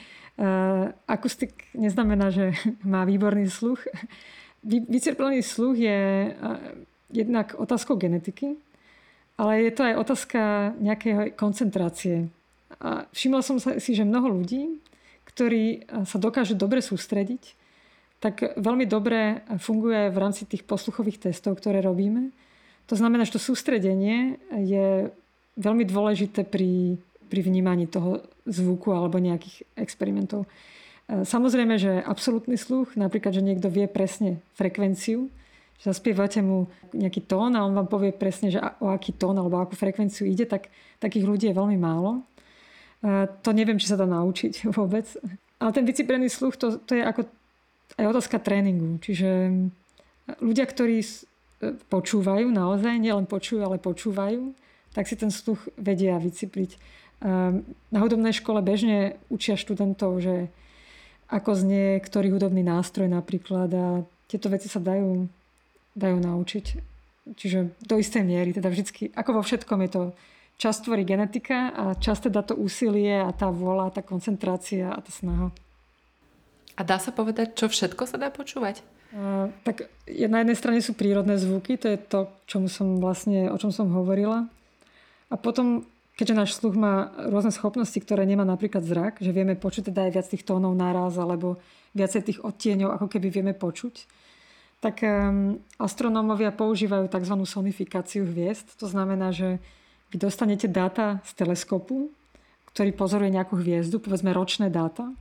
Akustik neznamená, že má výborný sluch. Vycibrený sluch je jednak otázkou genetiky, ale je to aj otázka nejakej koncentrácie. A všimla som si, že mnoho ľudí, ktorí sa dokážu dobre sústrediť, tak veľmi dobre funguje v rámci tých posluchových testov, ktoré robíme. To znamená, že to sústredenie je veľmi dôležité pri, pri vnímaní toho zvuku alebo nejakých experimentov. Samozrejme, že absolútny sluch, napríklad, že niekto vie presne frekvenciu, že zaspievate mu nejaký tón a on vám povie presne, že o aký tón alebo akú frekvenciu ide, tak takých ľudí je veľmi málo. To neviem, či sa dá naučiť vôbec. Ale ten vycibrený sluch, to, to je ako aj otázka tréningu. Čiže ľudia, ktorí počúvajú naozaj, nielen počujú, ale počúvajú, tak si ten sluch vedia vycipliť. Na hudobnej škole bežne učia študentov, že ako znie ktorý hudobný nástroj napríklad, a tieto veci sa dajú, dajú naučiť. Čiže do istej miery, teda vždycky, ako vo všetkom je to, čas tvorí genetika a čas teda to úsilie a tá vôľa, tá koncentrácia a tá snaha. A dá sa povedať, čo všetko sa dá počúvať? Uh, tak na jednej strane sú prírodné zvuky, to je to, čomu som vlastne, o čom som hovorila. A potom, keďže náš sluch má rôzne schopnosti, ktoré nemá napríklad zrak, že vieme počuť teda aj viac tých tónov naraz, alebo viacej tých odtieňov, ako keby vieme počuť, tak um, astronómovia používajú tzv. Sonifikáciu hviezd. To znamená, že vy dostanete dáta z teleskopu ktorý pozoruje nejakú hviezdu, povedzme ročné dáta.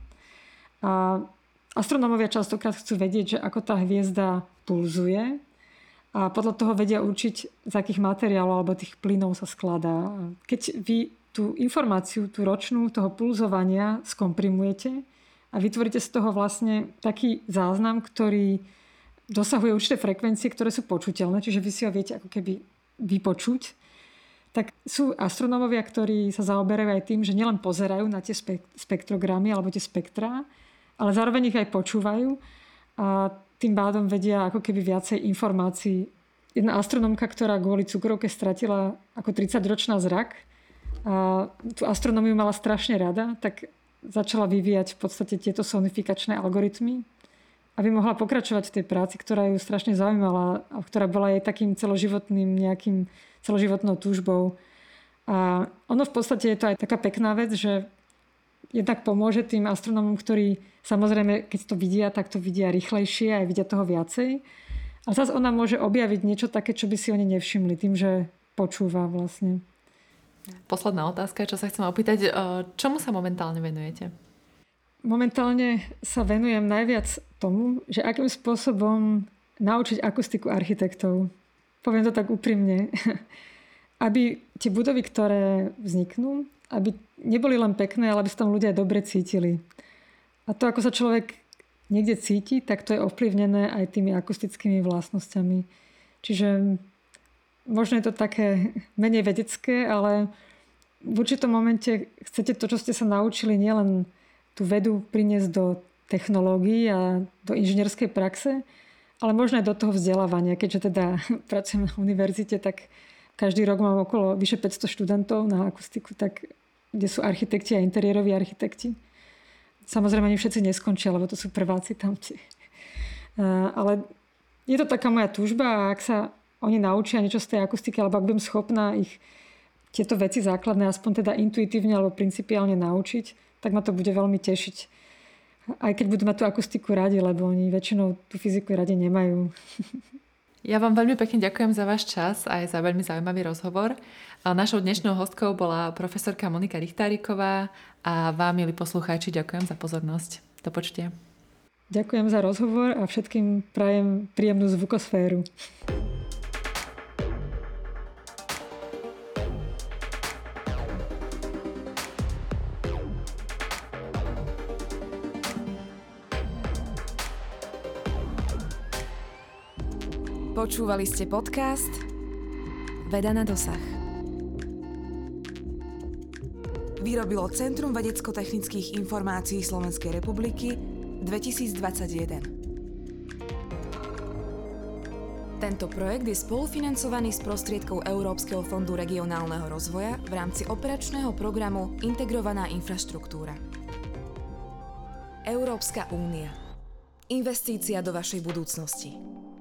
A astronómovia častokrát chcú vedieť, že ako tá hviezda pulzuje a podľa toho vedia určiť, z akých materiálov alebo tých plynov sa skladá. Keď vy tú informáciu, tú ročnú toho pulzovania skomprimujete a vytvoríte z toho vlastne taký záznam, ktorý dosahuje určité frekvencie, ktoré sú počuteľné, čiže vy si ho viete ako keby vypočuť, tak sú astronómovia, ktorí sa zaoberajú aj tým, že nielen pozerajú na tie spektrogramy alebo tie spektrá, ale zároveň ich aj počúvajú a tým pádom vedia ako keby viacej informácií. Jedna astronómka, ktorá kvôli cukrovke stratila ako tridsaťročná zrak a tú astronómiu mala strašne rada, tak začala vyvíjať v podstate tieto sonifikačné algoritmy, aby mohla pokračovať v tej práci, ktorá ju strašne zaujímala a ktorá bola jej takým celoživotným nejakým celoživotnou túžbou. A ono v podstate je to aj taká pekná vec, že jednak pomôže tým astronómom, ktorí samozrejme, keď to vidia, tak to vidia rýchlejšie a vidia toho viacej. A zase ona môže objaviť niečo také, čo by si oni nevšimli, tým, že počúva vlastne. Posledná otázka, čo sa chcem opýtať. Čomu sa momentálne venujete? Momentálne sa venujem najviac tomu, že akým spôsobom naučiť akustiku architektov. Poviem to tak úprimne. Aby tie budovy, ktoré vzniknú, aby neboli len pekné, ale aby sa tam ľudia dobre cítili. A to, ako sa človek niekde cíti, tak to je ovplyvnené aj tými akustickými vlastnosťami. Čiže možno je to také menej vedecké, ale v určitom momente chcete to, čo ste sa naučili, nielen tú vedu priniesť do technológií a do inžinierskej praxe, ale možno aj do toho vzdelávania. Keďže teda pracujem na univerzite, tak každý rok mám okolo vyše päťsto študentov na akustiku, tak, kde sú architekti a interiéroví architekti. Samozrejme, oni všetci neskončia, lebo to sú prváci tam. Ale je to taká moja túžba a ak sa oni naučia niečo z tej akustiky, alebo ak budem schopná ich tieto veci základné aspoň teda intuitívne alebo principiálne naučiť, tak ma to bude veľmi tešiť. Aj keď budú mať tú akustiku radi, lebo oni väčšinou tú fyziku radi nemajú. Ja vám veľmi pekne ďakujem za váš čas a aj za veľmi zaujímavý rozhovor. Našou dnešnou hostkou bola profesorka Monika Richtáriková a vám, milí poslucháči, ďakujem za pozornosť. Do počutia. Ďakujem za rozhovor a všetkým prajem príjemnú zvukosféru. Počúvali ste podcast Veda na dosah. Vyrobilo Centrum vedecko-technických informácií Slovenskej republiky dvetisícdvadsaťjeden. Tento projekt je spolufinancovaný z prostriedkov Európskeho fondu regionálneho rozvoja v rámci operačného programu Integrovaná infraštruktúra. Európska únia. Investícia do vašej budúcnosti.